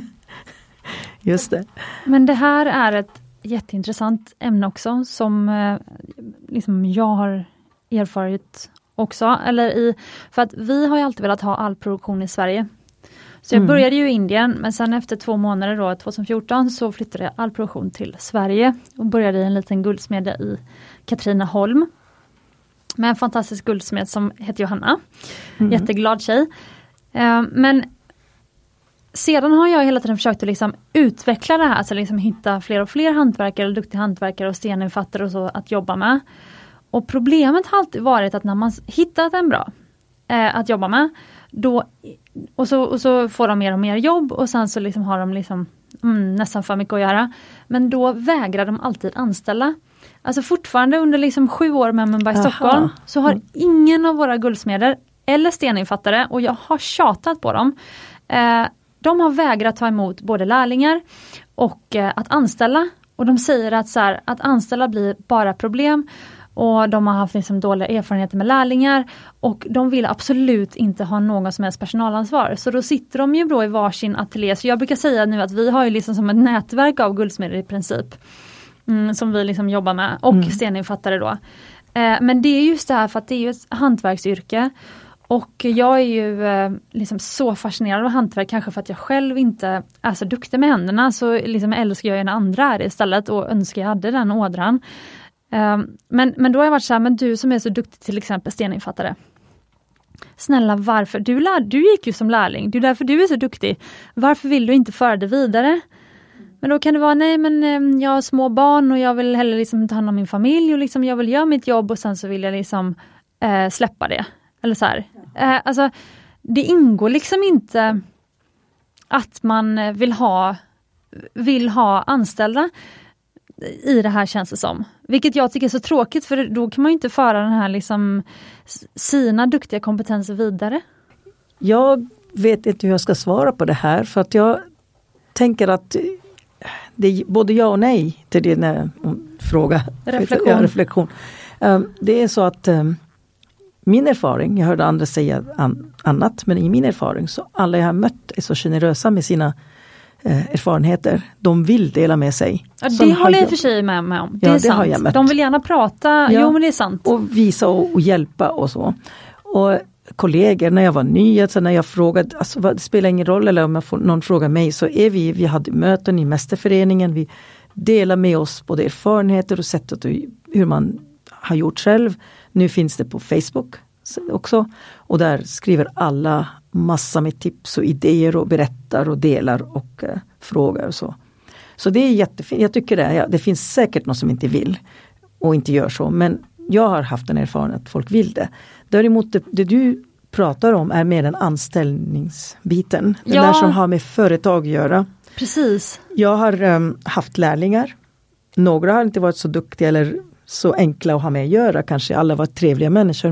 Just det. Men det här är ett jätteintressant ämne också som liksom jag har erfarit också. För att vi har ju alltid velat ha all produktion i Sverige. Så jag började ju i Indien, men sen efter 2 månader då, 2014, så flyttade jag all produktion till Sverige och började i en liten guldsmedja i Katrineholm. Med en fantastisk guldsmed som heter Johanna. Jätteglad tjej. Men sedan har jag hela tiden försökt att liksom utveckla det här, alltså liksom hitta fler och fler hantverkare, duktiga hantverkare och steninfattare och så att jobba med. Och problemet har alltid varit att när man hittat en bra att jobba med, då, och så får de mer och mer jobb och sen så liksom har de liksom, nästan för mycket att göra. Men då vägrar de alltid anställa. Alltså fortfarande under liksom 7 år med Mumbai Stockholm så har ingen av våra guldsmeder eller steninfattare, och jag har tjatat på dem, de har vägrat ta emot både lärlingar och att anställa. Och de säger att, så här, att anställa blir bara problem. Och de har haft liksom dåliga erfarenheter med lärlingar. Och de vill absolut inte ha någon som helst personalansvar. Så då sitter de ju då i varsin ateljé. Så jag brukar säga nu att vi har ju liksom som ett nätverk av guldsmeder i princip. Som vi liksom jobbar med. Och steninfattare då. Men det är just det här för att det är ju ett hantverksyrke. Och jag är ju liksom så fascinerad av hantverk, kanske för att jag själv inte är så duktig med händerna, så liksom älskar jag en andra här istället och önskar jag hade den ådran. Men då har jag varit så här, men du som är så duktig till exempel steninfattare. Snälla, varför? Du gick ju som lärling, det är därför du är så duktig. Varför vill du inte föra det vidare? Men då kan det vara, nej men jag har små barn och jag vill heller liksom ta hand om min familj och liksom jag vill göra mitt jobb och sen så vill jag liksom släppa det. Eller så här. Alltså, det ingår liksom inte att man vill ha anställda i det här, känns det som. Vilket jag tycker är så tråkigt, för då kan man ju inte föra den här liksom sina duktiga kompetenser vidare. Jag vet inte hur jag ska svara på det här, för att jag tänker att det är både ja och nej till din fråga. Reflektion. Det är så att min erfaring, jag hörde andra säga annat, men i min erfaring så alla jag har mött är så generösa med sina erfarenheter. De vill dela med sig. Ja, det håller jag för sig med om. Det är sant. Har jag mött. De vill gärna prata. Ja, jo, men det är sant. Och visa och hjälpa och så. Och kollegor, när jag var ny, alltså när jag frågade, alltså, det spelar ingen roll, eller om någon frågar mig, så är vi hade möten i Mästerföreningen. Vi delar med oss både erfarenheter och sättet hur man har gjort själv. Nu finns det på Facebook också. Och där skriver alla massa med tips och idéer och berättar och delar och frågar och så. Så det är jättefint. Jag tycker det finns säkert någon som inte vill och inte gör så. Men jag har haft en erfarenhet att folk vill det. Däremot det du pratar om är mer den anställningsbiten. Den där som har med företag att göra. Precis. Jag har haft lärlingar. Några har inte varit så duktiga eller så enkla att ha med att göra. Kanske alla var trevliga människor.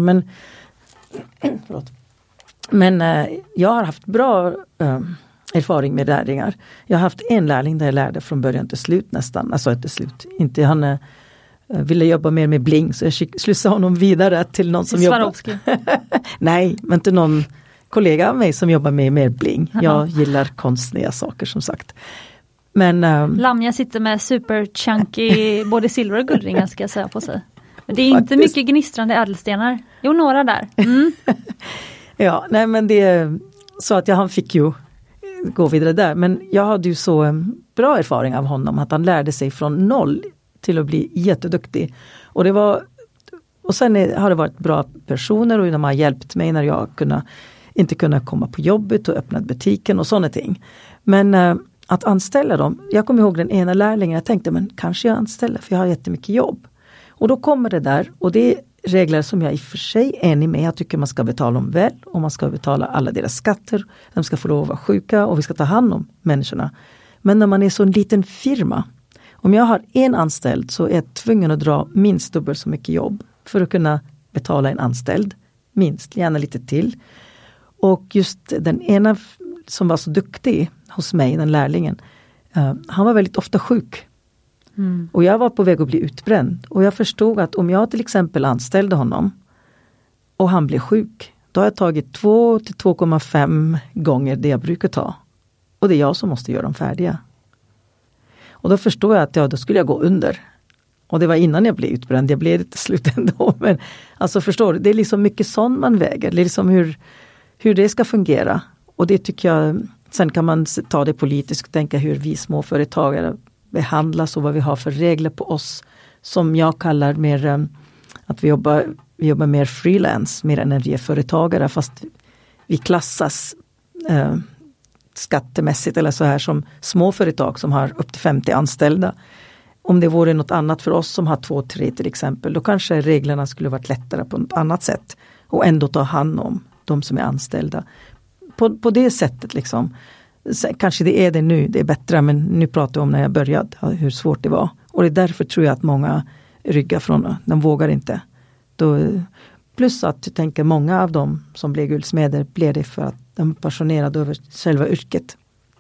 Men jag har haft bra erfaring med lärlingar. Jag har haft en lärling där jag lärde från början till slut nästan. Alltså inte slut. Inte han ville jobba mer med bling, så jag slussade honom vidare till någon som jobbar. Nej, men till någon kollega av mig som jobbar med mer bling. Jag gillar konstnärliga saker, som sagt. Men Lamja sitter med super chunky både silver och guldringar, ska jag säga på sig. Det är inte mycket gnistrande ädelstenar. Jo, några där. Ja, nej, men det så att han fick ju gå vidare där. Men jag hade ju så bra erfaring av honom, att han lärde sig från noll till att bli jätteduktig. Och sen har det varit bra personer och de har hjälpt mig när jag inte kunnat komma på jobbet och öppnat butiken och sådana ting. Men att anställa dem. Jag kommer ihåg den ena lärlingen, jag tänkte men kanske jag anställer för jag har jättemycket jobb. Och då kommer det där och det är regler som jag i och för sig är enig med. Jag tycker man ska betala dem väl och man ska betala alla deras skatter. De ska få lov att vara sjuka och vi ska ta hand om människorna. Men när man är så en liten firma, om jag har en anställd så är jag tvungen att dra minst dubbelt så mycket jobb för att kunna betala en anställd. Minst, gärna lite till. Och just den ena som var så duktig hos mig, den lärlingen, han var väldigt ofta sjuk. Mm. Och jag var på väg att bli utbränd. Och jag förstod att om jag till exempel anställde honom och han blev sjuk, då har jag tagit 2 till 2,5 gånger det jag brukar ta. Och det är jag som måste göra dem färdiga. Och då förstår jag att då skulle jag gå under. Och det var innan jag blev utbränd. Jag blev det till slut ändå. Men alltså förstår du, det är liksom mycket sånt man väger. Det är liksom hur det ska fungera. Och det tycker jag, sen kan man ta det politiskt och tänka hur vi småföretagare behandlas och vad vi har för regler på oss. Som jag kallar mer att vi jobbar mer freelance, mer än vi är företagare. Fast vi klassas skattemässigt eller så här som småföretag som har upp till 50 anställda. Om det vore något annat för oss som har 2-3 till exempel, då kanske reglerna skulle varit lättare på något annat sätt. Och ändå ta hand om de som är anställda. På det sättet liksom. Kanske det är det nu, det är bättre, men nu pratar jag om när jag började, hur svårt det var. Och det är därför tror jag att många ryggar från, de vågar inte. Plus att jag tänker många av dem som blev guldsmeder blev det för att de är passionerade över själva yrket.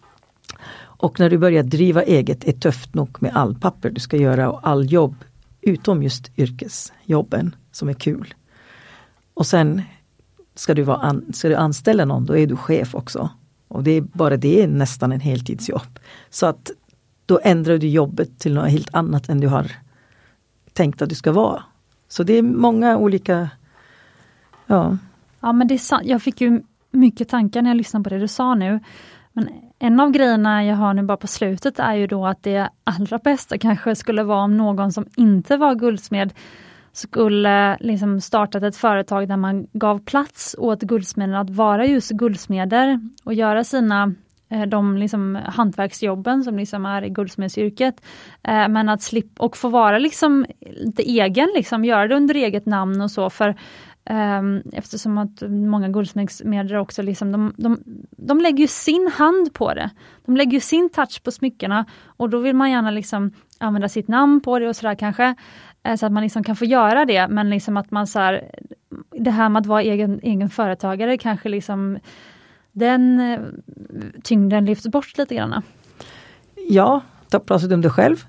Och när du börjar driva eget är tufft nog med all papper du ska göra och all jobb utom just yrkesjobben som är kul. Och sen ska du anställa någon, då är du chef också. Och det är nästan en heltidsjobb. Så att då ändrar du jobbet till något helt annat än du har tänkt att du ska vara. Så det är många olika, ja. Ja, men det är sant. Jag fick ju mycket tankar när jag lyssnade på det du sa nu. Men en av grejerna jag har nu bara på slutet är ju då att det allra bästa kanske skulle vara om någon som inte var guldsmed skulle liksom startat ett företag där man gav plats åt guldsmederna att vara just guldsmeder och göra sina de liksom hantverksjobben som liksom är i guldsmedsyrket, men att slippa och få vara liksom lite egen, liksom göra det under eget namn och så, för eftersom att många guldsmedsmeder också liksom, de lägger ju sin hand på det. De lägger ju sin touch på smyckena och då vill man gärna liksom använda sitt namn på det och sådär kanske. Så att man liksom kan få göra det, men liksom att man så här, det här med att vara egen företagare kanske liksom den tyngden lyfts bort lite grann. Ja, ta pratat om det själv.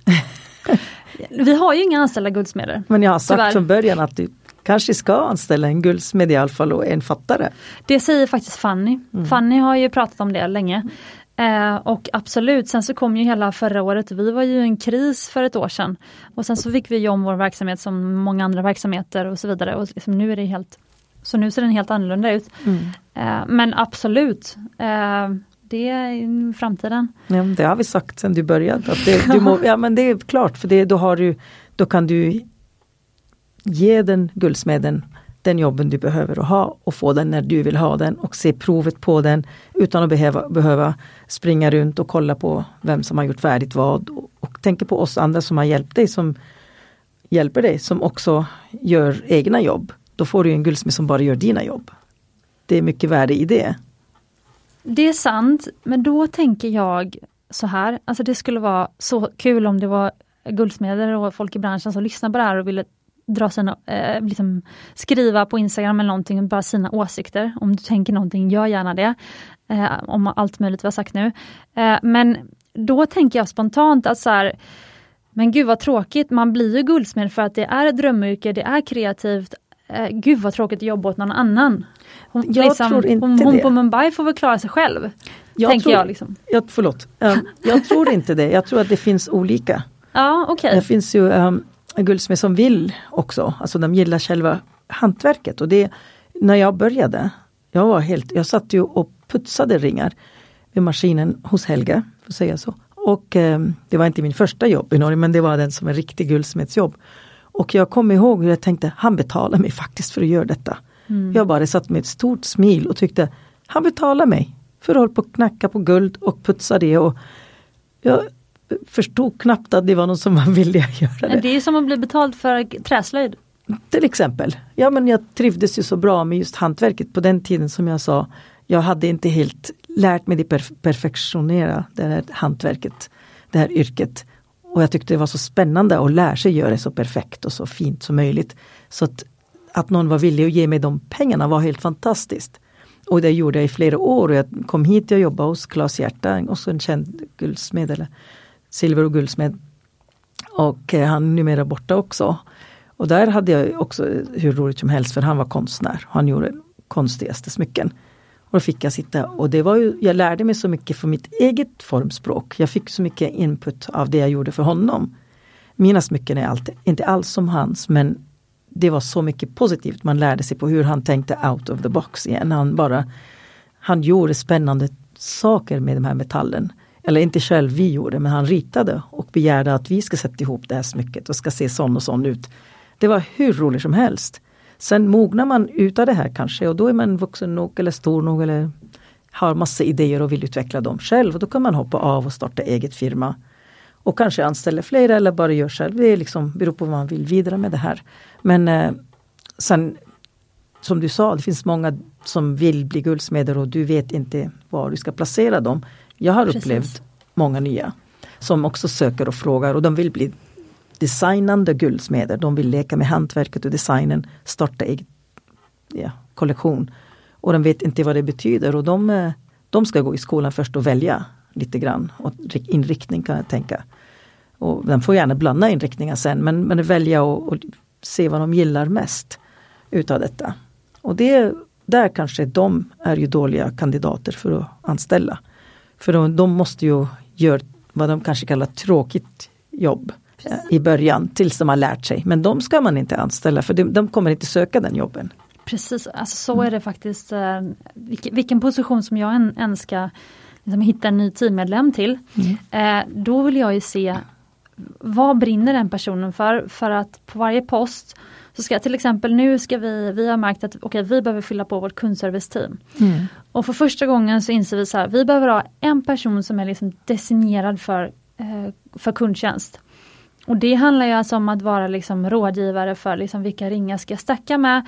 Vi har ju inga anställda guldsmeder. Men jag har sagt från början att du kanske ska anställa en guldsmed i alla fall och en fattare. Det säger faktiskt Fanny. Fanny har ju pratat om det länge. Och absolut, sen så kom ju hela förra året, vi var ju i en kris för ett år sedan. Och sen så fick vi ju om vår verksamhet som många andra verksamheter och så vidare. Och liksom nu är det så nu ser den helt annorlunda ut. Men absolut, det är framtiden. Ja, det har vi sagt sedan du började. Att ja, men det är klart, för då kan du ge den guldsmeden den jobben du behöver ha och få den när du vill ha den och se provet på den utan att behöva springa runt och kolla på vem som har gjort färdigt vad, och tänka på oss andra som har hjälpt dig, som hjälper dig, som också gör egna jobb. Då får du en guldsmed som bara gör dina jobb. Det är mycket värde i det. Det är sant, men då tänker jag så här, alltså det skulle vara så kul om det var guldsmeder och folk i branschen som lyssnar på det här och ville dra sina, liksom skriva på Instagram eller någonting, bara sina åsikter. Om du tänker någonting, gör gärna det. Om allt möjligt vi har sagt nu. Men då tänker jag spontant att så här, men gud vad tråkigt, man blir ju guldsmed för att det är ett drömyrke, det är kreativt. Gud vad tråkigt att jobba åt någon annan. Hon på Mumbai får väl klara sig själv. Jag tror inte det. Jag tror att det finns olika. Ja, okej. Det finns ju guldsmed som vill också. Alltså de gillar själva hantverket. Och det, när jag började, jag satt ju och putsade ringar vid maskinen hos Helge, för att säga så. Och det var inte min första jobb i Norge, men det var den som en riktig guldsmedsjobb. Och jag kom ihåg hur jag tänkte, han betalar mig faktiskt för att göra detta. Jag bara satt med ett stort smil och tyckte, han betalar mig för att hålla på och knacka på guld och putsa det. Och jag förstod knappt att det var någon som var villig att göra det. Det är ju som att bli betald för träslöjd. Till exempel. Ja, men jag trivdes ju så bra med just hantverket på den tiden som jag sa. Jag hade inte helt lärt mig att perfektionera det här hantverket, det här yrket. Och jag tyckte det var så spännande att lära sig göra det så perfekt och så fint som möjligt. Så att någon var villig att ge mig de pengarna var helt fantastiskt. Och det gjorde jag i flera år. Och jag kom hit och jobbade hos Claes Hjärta, också en känd guldsmed, eller silver- och guldsmed. Och han är numera borta också. Och där hade jag också hur roligt som helst, för han var konstnär. Han gjorde konstigaste smycken. Och då fick jag sitta, och det var ju, jag lärde mig så mycket för mitt eget formspråk. Jag fick så mycket input av det jag gjorde för honom. Mina smycken är inte alls som hans, men det var så mycket positivt. Man lärde sig på hur han tänkte out of the box igen. Han gjorde spännande saker med den här metallen. Eller inte själv vi gjorde, men han ritade och begärde att vi ska sätta ihop det här smycket och ska se sån och sån ut. Det var hur roligt som helst. Sen mognar man ut av det här kanske, och då är man vuxen nog eller stor nog eller har massa idéer och vill utveckla dem själv. Och då kan man hoppa av och starta eget firma. Och kanske anställa flera eller bara göra själv. Det är liksom, beror på vad man vill vidare med det här. Men sen, som du sa, det finns många som vill bli guldsmeder och du vet inte var du ska placera dem. Jag har upplevt många nya som också söker och frågar, och de vill bli designande guldsmeder. De vill leka med hantverket och designen, starta egen kollektion. Och de vet inte vad det betyder, och de ska gå i skolan först och välja lite grann. Och inriktning kan jag tänka. Och de får gärna blanda inriktningar sen, men välja och se vad de gillar mest utav detta. Och där kanske de är ju dåliga kandidater för att anställa. För de måste ju göra vad de kanske kallar tråkigt jobb i början tills de har lärt sig. Men de ska man inte anställa, för de kommer inte söka den jobben. Precis, alltså så är det faktiskt. Vilken position som jag än ska liksom hitta en ny teammedlem till. Då vill jag ju se vad brinner den personen för att på varje post så ska till exempel nu ska vi har märkt att vi behöver fylla på vårt kundservice-team. Och för första gången så inser vi så här, vi behöver ha en person som är liksom designerad för kundtjänst. Och det handlar ju alltså om att vara liksom rådgivare för liksom vilka ringar ska jag stacka med,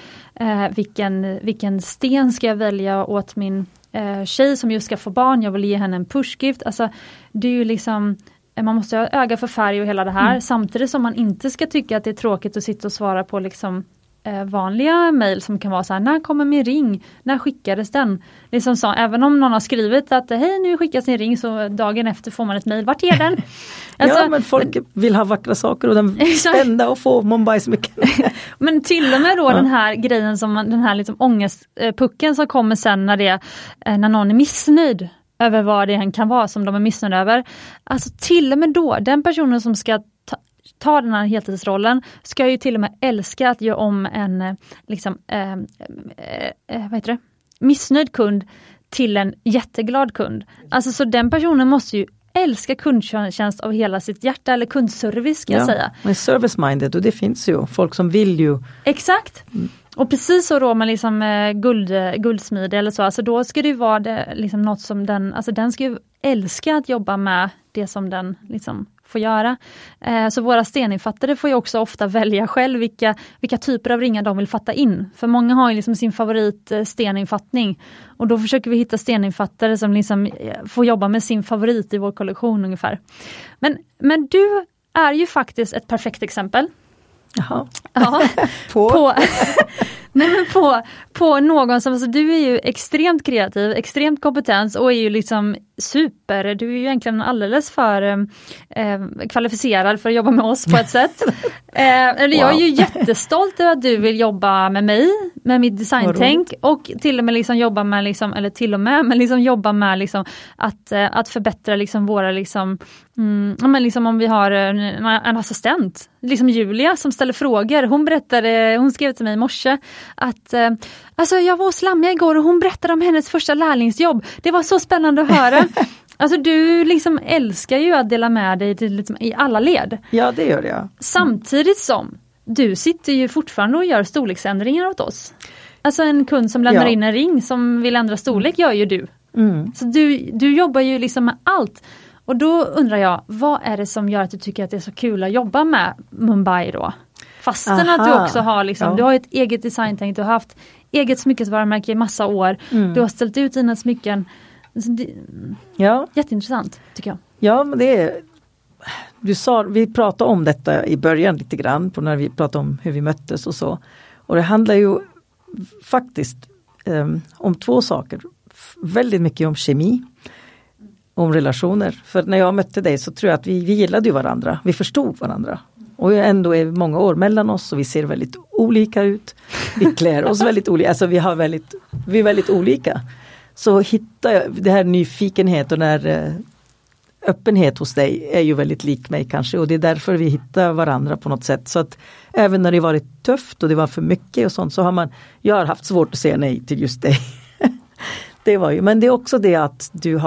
vilken sten ska jag välja åt min tjej som just ska få barn, jag vill ge henne en pushgift. Alltså det är ju liksom, man måste ha öga för färg och hela det här, samtidigt som man inte ska tycka att det är tråkigt att sitta och svara på liksom vanliga mejl som kan vara så här, när kommer min ring? När skickades den? Liksom så, även om någon har skrivit att hej, nu skickas din ring, så dagen efter får man ett mejl, vart är den? Alltså, ja, men folk vill ha vackra saker och de är spända och få Mumbai så mycket. Men till och med då den här grejen som den här liksom ångestpucken som kommer sen när någon är missnöjd över vad det än kan vara som de är missnöjda över. Alltså till och med då, den personen som ska ta den här heltidsrollen ska ju till och med älska att göra om en missnöjd kund till en jätteglad kund. Alltså så den personen måste ju älska kundtjänst av hela sitt hjärta, eller kundservice ska jag säga. Men service-minded, och det finns ju folk som vill ju. Exakt. Och precis så då med liksom guldsmide eller så, alltså då ska det ju vara liksom något som den ska ju älska att jobba med det som den liksom får göra. Så våra steninfattare får ju också ofta välja själv vilka typer av ringar de vill fatta in. För många har ju liksom sin favorit steninfattning. Och då försöker vi hitta steninfattare som liksom får jobba med sin favorit i vår kollektion ungefär. Men du är ju faktiskt ett perfekt exempel. Jaha. Ja, på någon som, alltså du är ju extremt kreativ, extremt kompetent och är ju liksom du är ju egentligen alldeles för kvalificerad för att jobba med oss på ett sätt. Jag är ju jättestolt över att du vill jobba med mig, med mitt designtänk, och till och med liksom jobba med liksom, eller till och med, men liksom jobba med liksom att förbättra liksom våra liksom, men liksom om vi har en assistent, liksom Julia som ställer frågor. Hon skrev till mig i morse att alltså jag var hos Lamja igår och hon berättade om hennes första lärlingsjobb. Det var så spännande att höra. Alltså du liksom älskar ju att dela med dig till, liksom, i alla led. Ja, det gör jag. Samtidigt som du sitter ju fortfarande och gör storleksändringar åt oss. Alltså en kund som lämnar in en ring som vill ändra storlek gör ju du. Så du jobbar ju liksom med allt. Och då undrar jag, vad är det som gör att du tycker att det är så kul att jobba med Mumbai då? Fastän att du också har liksom, du har ett eget designtänk, du har haft eget smyckesvarumärke i massa år, du har ställt ut dina smycken. Jätteintressant tycker jag. Ja, men det är, vi pratade om detta i början lite grann, på när vi pratade om hur vi möttes och så. Och det handlar ju faktiskt om två saker. Väldigt mycket om kemi, om relationer. För när jag mötte dig så tror jag att vi gillade ju varandra, vi förstod varandra. Och ändå är många år mellan oss och vi ser väldigt olika ut. Vi klär oss väldigt olika, alltså vi är väldigt olika. Så hittar jag, det här nyfikenhet och den här öppenhet hos dig är ju väldigt lik mig kanske. Och det är därför vi hittar varandra på något sätt. Så att även när det varit tufft och det var för mycket och sånt, så jag har haft svårt att säga nej till just dig. Men det är också det att du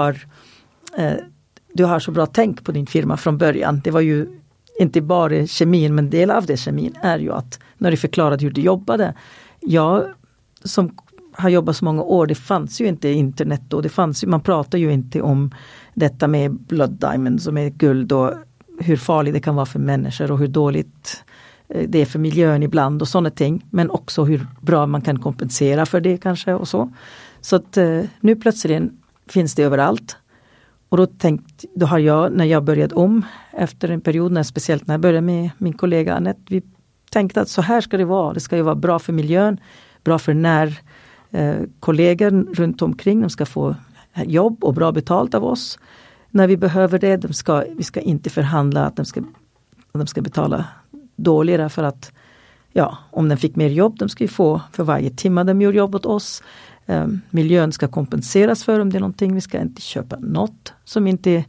har så bra tänk på din firma från början. Det var ju inte bara kemin, men del av det kemin är ju att när du förklarade hur du jobbade. Jag som har jobbat så många år, det fanns ju inte internet då. Man pratar ju inte om detta med blood diamonds och med guld och hur farligt det kan vara för människor och hur dåligt det är för miljön ibland och sådana ting. Men också hur bra man kan kompensera för det kanske och så. Så att nu plötsligt finns det överallt. Och då har jag, när jag började om efter en period, speciellt när jag började med min kollega Annette, vi tänkte att så här ska det vara. Det ska ju vara bra för miljön, bra för kollegor runt omkring. De ska få jobb och bra betalt av oss när vi behöver det. Vi ska inte förhandla att de ska betala dåligare för att, om de fick mer jobb, de ska ju få för varje timme de gör jobb åt oss. Miljön ska kompenseras för om det är någonting. Vi ska inte köpa något som inte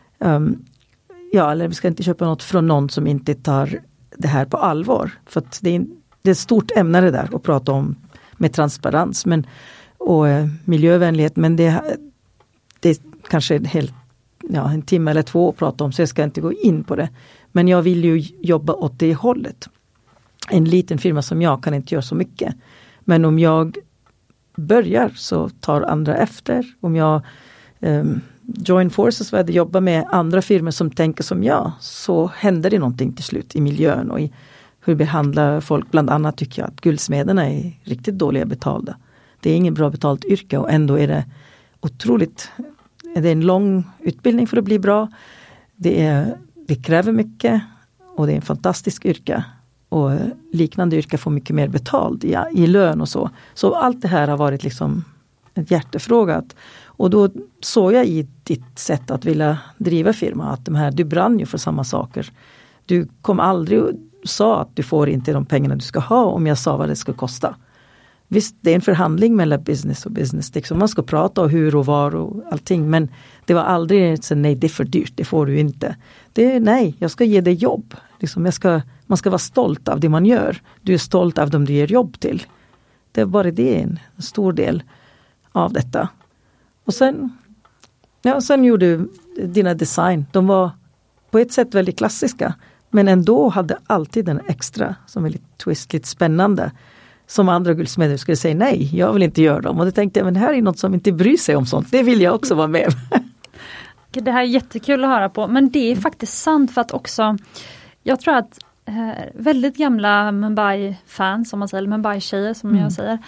eller vi ska inte köpa något från någon som inte tar det här på allvar. För att det är ett stort ämne det där att prata om med transparens och miljövänlighet, men det är kanske en timme eller två att prata om, så jag ska inte gå in på det. Men jag vill ju jobba åt det hållet. En liten firma som jag kan inte göra så mycket. Men om jag börjar så tar andra efter. Om jag join forces och jobbar med andra firmor som tänker som jag, så händer det någonting till slut i miljön och i hur behandlar folk. Bland annat tycker jag att guldsmederna är riktigt dåliga betalda. Det är ingen bra betalt yrke och ändå är det otroligt, det är en lång utbildning för att bli bra. Det kräver mycket och det är en fantastisk yrke. Och liknande yrken får mycket mer betalt i lön och så. Så allt det här har varit liksom en hjärtefråga. Och då såg jag i ditt sätt att vilja driva firma att du brann ju för samma saker. Du kom aldrig och sa att du får inte de pengarna du ska ha om jag sa vad det ska kosta. Visst, det är en förhandling mellan business och business. Liksom man ska prata om hur och var och allting. Men det var aldrig så nej, det är för dyrt, det får du inte. Nej, jag ska ge dig jobb. Liksom man ska vara stolt av det man gör. Du är stolt av dem du ger jobb till. Det är bara det en stor del av detta. Och sen gjorde du dina design. De var på ett sätt väldigt klassiska. Men ändå hade alltid en extra som är lite twist, lite spännande. Som andra guldsmeder skulle säga nej, jag vill inte göra dem. Och då tänkte jag, men det här är något som inte bryr sig om sånt. Det vill jag också vara med. Det här är jättekul att höra på. Men det är faktiskt sant, för att också, jag tror att väldigt gamla Mumbai-fans, som man säger, Mumbai-tjejer som jag säger.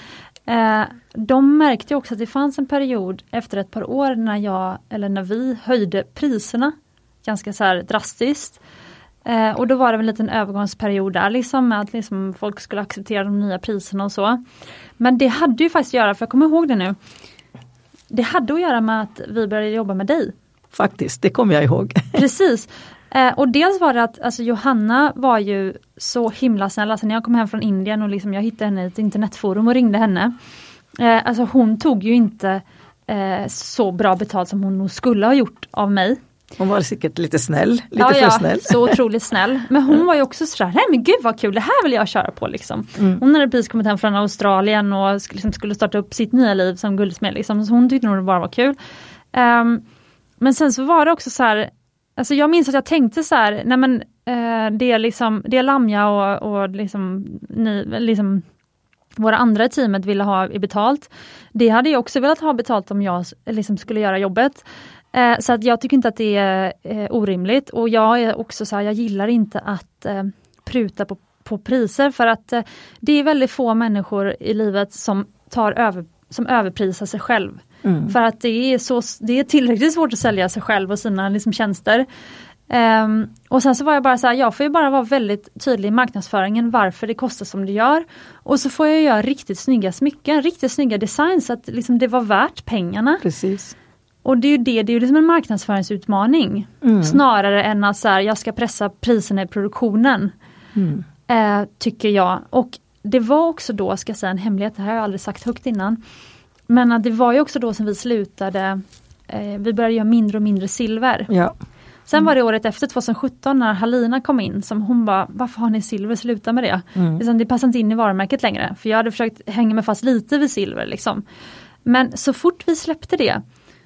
De märkte också att det fanns en period efter ett par år när vi höjde priserna ganska så här drastiskt. Och då var det en liten övergångsperiod där liksom, med att liksom folk skulle acceptera de nya priserna och så. Men det hade ju faktiskt att göra, för jag kommer ihåg det nu. Det hade att göra med att vi började jobba med dig. Faktiskt, det kommer jag ihåg. Precis. Och dels var det att alltså, Johanna var ju så himla snäll. Alltså, när jag kom hem från Indien och liksom, jag hittade henne i ett internetforum och ringde henne. Alltså hon tog ju inte så bra betalt som hon nog skulle ha gjort av mig. Hon var säkert lite snäll, för snäll. Så otroligt snäll. Men hon var ju också sådär, nej men gud vad kul, det här vill jag köra på liksom. Hon hade precis kommit hem från Australien och liksom skulle starta upp sitt nya liv som guldsmed liksom. Så hon tyckte nog det bara var kul. Men sen så var det också så här, alltså jag minns att jag tänkte så här, nej men det är liksom, det är Lamja och liksom, ni, liksom våra andra i teamet ville ha i betalt. Det hade jag också velat ha betalt om jag liksom skulle göra jobbet. Så att jag tycker inte att det är orimligt. Och jag är också så här, jag gillar inte att pruta på priser. För att det är väldigt få människor i livet som överprisar sig själv. För att det är tillräckligt svårt att sälja sig själv och sina liksom, tjänster. Och sen så var jag bara så här, jag får ju bara vara väldigt tydlig i marknadsföringen varför det kostar som det gör. Och så får jag göra riktigt snygga smycken, riktigt snygga design så att liksom, det var värt pengarna. Precis. Och det är ju liksom en marknadsföringsutmaning. Snarare än att så här, jag ska pressa priserna i produktionen. Tycker jag. Och det var också då, ska jag säga en hemlighet, det här har jag aldrig sagt högt innan. Men att det var ju också då som vi slutade, vi började göra mindre och mindre silver. Ja. Sen var det året efter 2017 när Halina kom in som hon bara, varför har ni silver, sluta med det. Liksom, det passar inte in i varumärket längre. För jag hade försökt hänga mig fast lite vid silver liksom. Men så fort vi släppte det,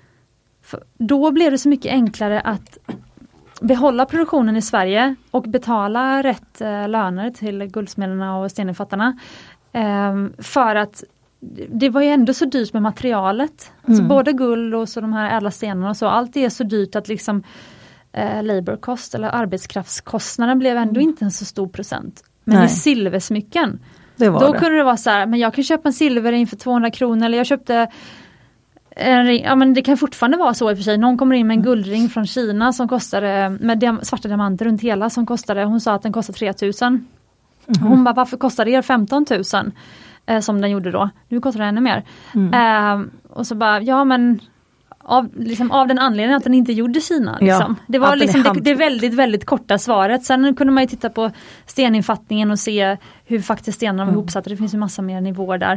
då blev det så mycket enklare att behålla produktionen i Sverige och betala rätt löner till guldsmederna och stenfattarna. För att det var ju ändå så dyrt med materialet. Så både guld och så de här ädla stenarna och så. Allt är så dyrt att liksom labor cost eller arbetskraftskostnaden blev ändå inte en så stor procent. Men i silversmycken, kunde det vara så här, men jag kan köpa en silverring för 200 kronor eller jag köpte men det kan fortfarande vara så i och för sig. Någon kommer in med en guldring från Kina som kostade, med svarta diamanter runt hela som kostade, hon sa att den kostade 3000. Hon bara, varför kostar det 15 000? Som den gjorde då. Nu kostar det ännu mer. Och så bara, ja men av den anledningen att den inte gjorde Kina. Liksom. Ja, det var liksom det väldigt, väldigt korta svaret. Sen kunde man ju titta på steninfattningen och se hur faktiskt stenarna var ihopsatta. Det finns ju massa mer nivåer där.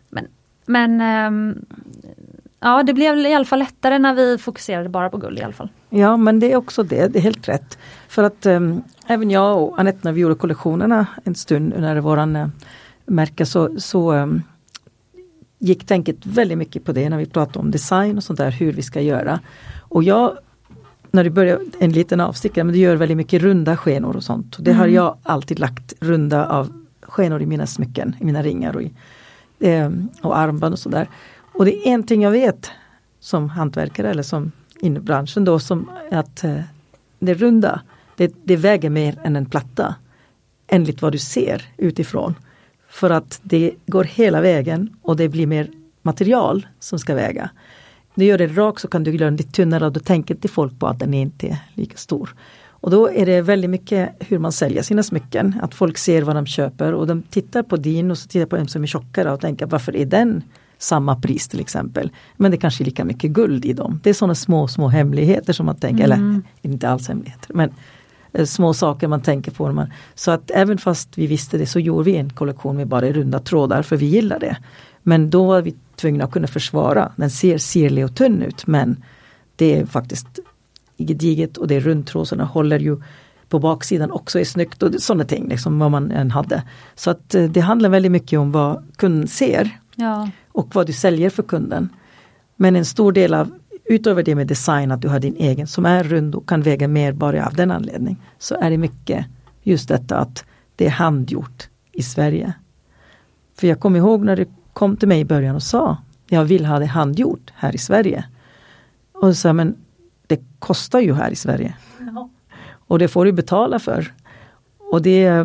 Men ja, det blev i alla fall lättare när vi fokuserade bara på guld i alla fall. Ja, men det är också det är helt rätt. För att även jag och Anette när vi gjorde kollektionerna en stund under våran märke så gick tänket väldigt mycket på det när vi pratade om design och sånt där, hur vi ska göra. Och jag, när du börjar en liten avstickare, men du gör väldigt mycket runda skenor och sånt. Det har jag alltid lagt runda av skenor i mina smycken, i mina ringar och armband och sådär. Och det är en ting jag vet som hantverkare eller som inom branschen då, som att det runda, det väger mer än en platta enligt vad du ser utifrån. För att det går hela vägen och det blir mer material som ska väga. Du gör det rak så kan du göra den lite tunnare och då tänker till folk på att den är inte lika stor. Och då är det väldigt mycket hur man säljer sina smycken. Att folk ser vad de köper och de tittar på din och så tittar på en som är tjockare och tänker varför är den samma pris till exempel. Men det kanske är lika mycket guld i dem. Det är sådana små hemligheter som man tänker, eller inte alls hemligheter, men små saker man tänker på. Så att även fast vi visste det så gjorde vi en kollektion med bara runda trådar för vi gillar det. Men då var vi tvungna att kunna försvara. Den ser sirlig och tunn ut men det är faktiskt gediget och det är rundtrådarna håller ju på baksidan också är snyggt och sådana ting liksom vad man än hade. Så att det handlar väldigt mycket om vad kunden ser och vad du säljer för kunden. Men en stor del av utöver det med design att du har din egen som är rund och kan väga mer bara av den anledningen så är det mycket just detta att det är handgjort i Sverige. För jag kommer ihåg när du kom till mig i början och sa jag vill ha det handgjort här i Sverige. Och så men det kostar ju här i Sverige. Ja. Och det får du betala för. Och det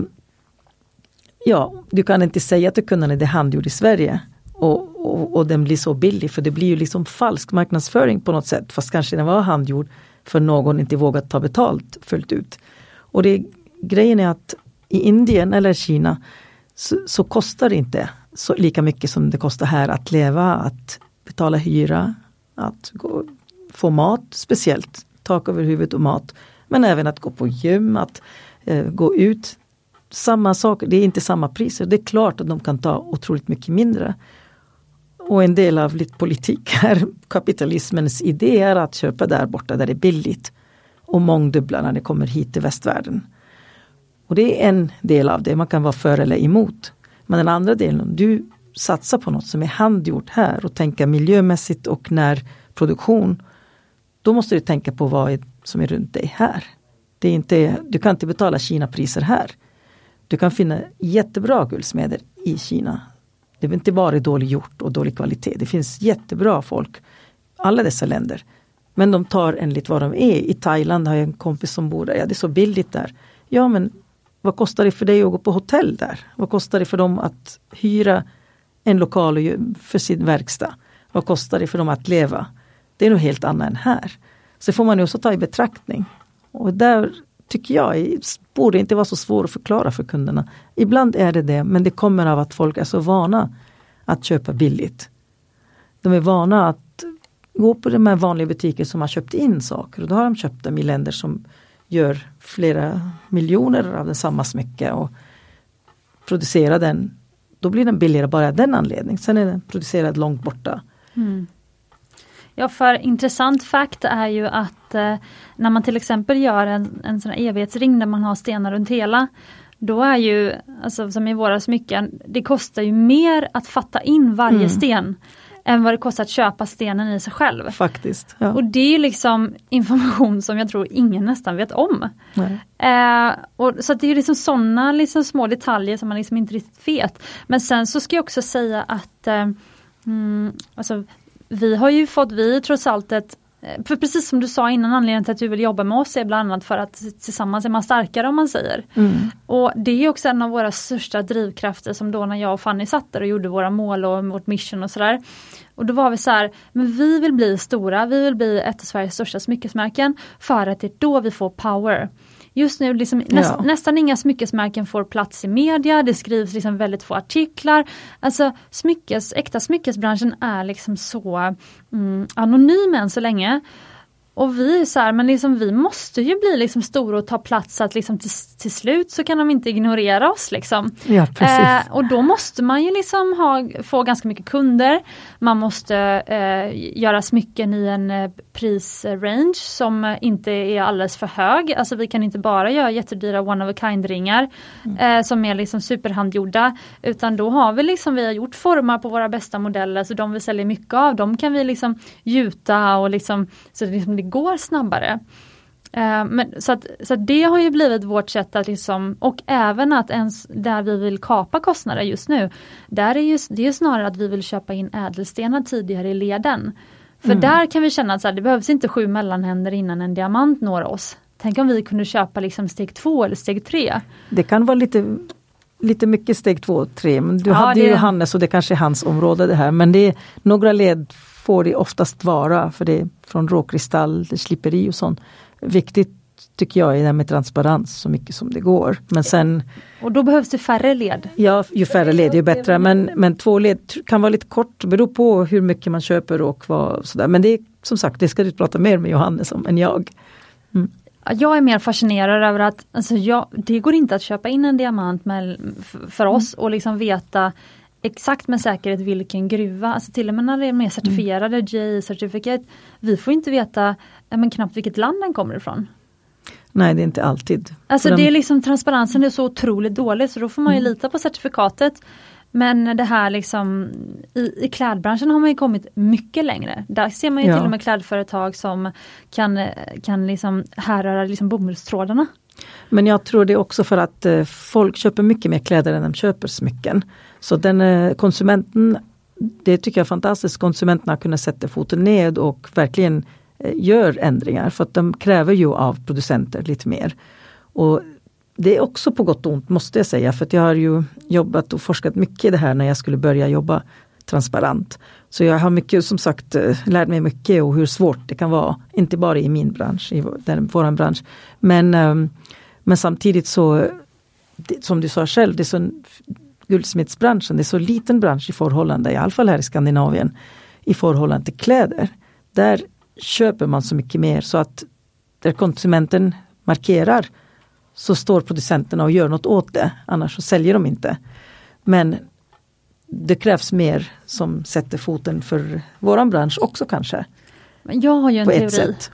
du kan inte säga till kunderna att det är handgjort i Sverige. Och den blir så billig för det blir ju liksom falsk marknadsföring på något sätt. Fast kanske den var handgjord för någon inte vågat ta betalt fullt ut. Och grejen är att i Indien eller Kina så kostar det inte så lika mycket som det kostar här att leva, att betala hyra, att få mat speciellt, tak över huvudet och mat. Men även att gå på gym, att gå ut. Samma sak, det är inte samma priser. Det är klart att de kan ta otroligt mycket mindre. Och en del av lite politik är kapitalismens idé är att köpa där borta där det är billigt. Och mångdubbla när det kommer hit till västvärlden. Och det är en del av det. Man kan vara för eller emot. Men den andra delen, om du satsar på något som är handgjort här och tänka miljömässigt och när produktion, då måste du tänka på vad som är runt dig här. Du kan inte betala Kina-priser här. Du kan finna jättebra guldsmeder i Kina. Det är inte bara dåligt gjort och dålig kvalitet. Det finns jättebra folk. Alla dessa länder. Men de tar enligt vad de är. I Thailand har jag en kompis som bor där. Ja, det är så billigt där. Ja, men vad kostar det för dig att gå på hotell där? Vad kostar det för dem att hyra en lokal för sin verkstad? Vad kostar det för dem att leva? Det är nog helt annat än här. Så får man ju också ta i betraktning. Och där tycker jag borde inte vara så svårt att förklara för kunderna. Ibland är det, men det kommer av att folk är så vana att köpa billigt. De är vana att gå på de här vanliga butiker som har köpt in saker. Och då har de köpt dem i länder som gör flera miljoner av den samma smycke och producerar den. Då blir den billigare bara av den anledningen. Sen är den producerad långt borta. Mm. Ja, för intressant fakt är ju att när man till exempel gör en sån här evighetsring där man har stenar runt hela, då är ju, alltså som i våra smycken, det kostar ju mer att fatta in varje sten än vad det kostar att köpa stenen i sig själv. Faktiskt. Ja. Och det är ju liksom information som jag tror ingen nästan vet om. Och så att det är ju liksom sådana liksom små detaljer som man liksom inte riktigt vet. Men sen så ska jag också säga att alltså, vi har ju fått, trots allt för precis som du sa innan, anledningen till att du vill jobba med oss är bland annat för att tillsammans är man starkare, om man säger. Och det är också en av våra största drivkrafter, som då när jag och Fanny satt där och gjorde våra mål och vårt mission och sådär. Och då var vi så här, men vi vill bli stora, vi vill bli ett av Sveriges största smyckesmärken, för att det är då vi får power. Just nu liksom, nästan inga smyckesmärken får plats i media, det skrivs liksom väldigt få artiklar. Alltså äkta smyckesbranschen är liksom så anonym än så länge. Och vi är så här, men liksom, vi måste ju bli liksom stora och ta plats, att liksom till slut så kan de inte ignorera oss liksom. Ja, precis. Och då måste man ju liksom få ganska mycket kunder. Man måste göra smycken i en prisrange som inte är alldeles för hög. Alltså vi kan inte bara göra jättedyra one-of-a-kind-ringar som är liksom superhandgjorda, utan då har vi har gjort formar på våra bästa modeller, så de vi säljer mycket av, de kan vi liksom gjuta och liksom, så det går snabbare. Men, så att det har ju blivit vårt sätt att liksom, och även att där vi vill kapa kostnader just nu, där är det är snarare att vi vill köpa in ädelstenar tidigare i leden. För där kan vi känna att så här, det behövs inte 7 mellanhänder innan en diamant når oss. Tänk om vi kunde köpa liksom steg 2 eller steg 3. Det kan vara lite mycket steg 2 och 3, men du hade ju Johannes och det kanske är hans område det här, men det är några led får det oftast vara, för det är från råkristall, det sliperi och sånt. Viktigt tycker jag är det med transparens så mycket som det går. Men sen, och då behövs det färre led. Ja, ju färre led ju bättre, men 2 led kan vara lite kort, beror på hur mycket man köper och vad sådär. Men det är som sagt, det ska du prata mer med Johannes om än jag. Jag är mer fascinerad över att det går inte att köpa in en diamant för oss och liksom veta exakt med säkerhet vilken gruva, alltså till och med när det är mer certifierade GI-certifikat, vi får inte veta knappt vilket land den kommer ifrån. Nej, det är inte alltid. Alltså det är liksom, transparensen är så otroligt dålig, så då får man ju lita på certifikatet. Men det här liksom, i klädbranschen har man ju kommit mycket längre. Där ser man ju till och med klädföretag som kan liksom härröra liksom bomullstrådarna. Men jag tror det är också för att folk köper mycket mer kläder än de köper smycken. Så den konsumenten, det tycker jag är fantastiskt. Konsumenterna kunna sätta foten ned och verkligen gör ändringar. För att de kräver ju av producenter lite mer. Och det är också på gott och ont, måste jag säga. För att jag har ju jobbat och forskat mycket i det här när jag skulle börja jobba transparent. Så jag har mycket, som sagt, lärt mig mycket och hur svårt det kan vara. Inte bara i min bransch, i vår bransch. Men samtidigt så, som du sa själv, det är så, guldsmedsbranschen, det är så liten bransch i förhållande, i alla fall här i Skandinavien, i förhållande till kläder. Där köper man så mycket mer, så att där konsumenten markerar så står producenterna och gör något åt det, annars så säljer de inte. Men det krävs mer som sätter foten för våran bransch också kanske. Men jag har ju en teori. Sätt.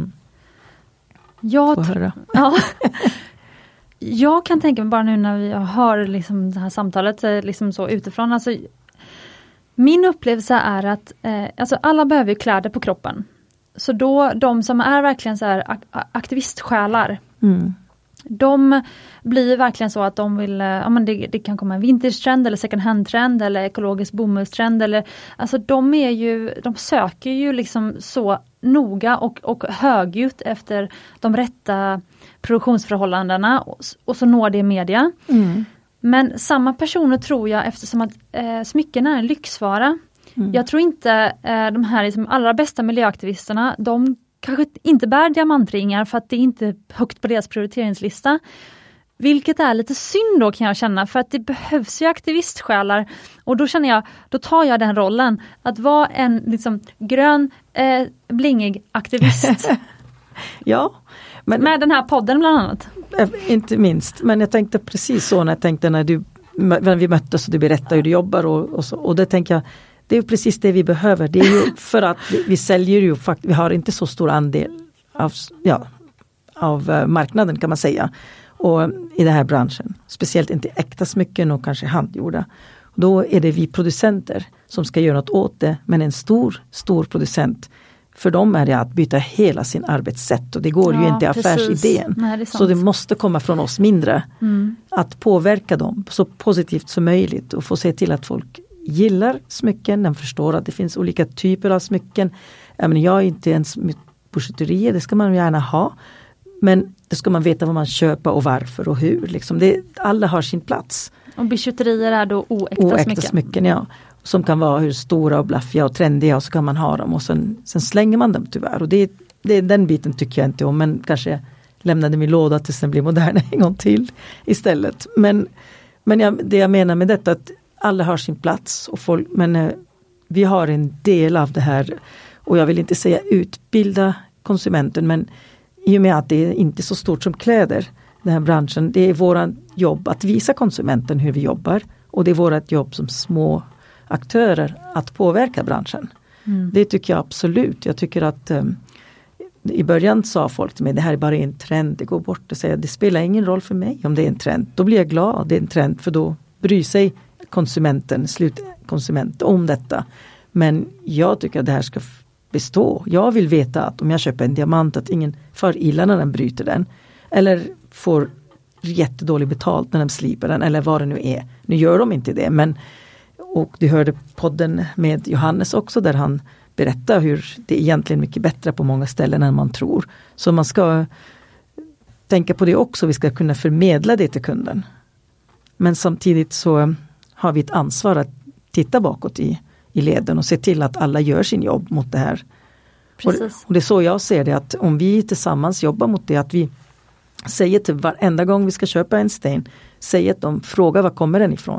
Jag kan tänka mig bara nu när vi har liksom det här samtalet liksom så utifrån. Alltså, min upplevelse är att alltså alla behöver ju kläder på kroppen. Så då de som är verkligen så här aktivistsjälar, De blir verkligen så att de vill, det kan komma en vintage-trend eller second hand-trend eller ekologisk bomullstrend. Alltså de söker ju liksom så noga och högljutt efter de rätta produktionsförhållandena och så når det media. Men samma personer tror jag, eftersom att smycken är en lyxvara. Jag tror inte de här liksom allra bästa miljöaktivisterna, de kanske inte bär diamantringar för att det inte är högt på deras prioriteringslista. Vilket är lite synd då, kan jag känna, för att det behövs ju aktivistsjälar. Och då känner jag, då tar jag den rollen att vara en liksom grön, blingig aktivist. Ja. Men, med den här podden bland annat. Inte minst, men jag tänkte precis så när vi möttes och du berättade hur du jobbar och det tänker jag, det är precis det vi behöver. Det är ju för att vi säljer ju faktiskt, vi har inte så stor andel av marknaden kan man säga. Och i den här branschen, speciellt inte äkta smycken och kanske handgjorda. Då är det vi producenter som ska göra något åt det, men en stor producent, för dem är det att byta hela sin arbetssätt och det går ju inte i affärsidén. Nej, så det måste komma från oss mindre. Att påverka dem så positivt som möjligt och få se till att folk gillar smycken, de förstår att det finns olika typer av smycken. Jag är inte ens boucheterier, det ska man gärna ha. Men det ska man veta vad man köper och varför och hur. Liksom. Alla har sin plats. Och boucheterier är då oäkta smycken, ja. Som kan vara hur stora och blaffiga och trendiga och så kan man ha dem och sen slänger man dem tyvärr. Och den biten tycker jag inte om, men kanske lämnade min låda tills den blir modern en gång till istället. Men det jag menar med detta att alla har sin plats och men vi har en del av det här och jag vill inte säga utbilda konsumenten, men i och med att det är inte så stort som kläder, den här branschen, det är våran jobb att visa konsumenten hur vi jobbar och det är vårat jobb som små aktörer att påverka branschen. Det tycker jag absolut. Jag tycker att i början sa folk till mig, det här är bara en trend, det går bort och säger det spelar ingen roll för mig om det är en trend. Då blir jag glad, det är en trend, för då bryr sig slutkonsument om detta. Men jag tycker att det här ska bestå. Jag vill veta att om jag köper en diamant att ingen far illa när den bryter den. Eller får jättedåligt betalt när de slipar den. Eller vad det nu är. Nu gör de inte det. Och du hörde podden med Johannes också där han berättar hur det är egentligen mycket bättre på många ställen än man tror. Så man ska tänka på det också. Vi ska kunna förmedla det till kunden. Men samtidigt så har vi ett ansvar att titta bakåt i leden och se till att alla gör sin jobb mot det här. Och det är så jag ser det, att om vi tillsammans jobbar mot det, att vi säger till varenda gång vi ska köpa en sten, säger att de frågar var kommer den ifrån.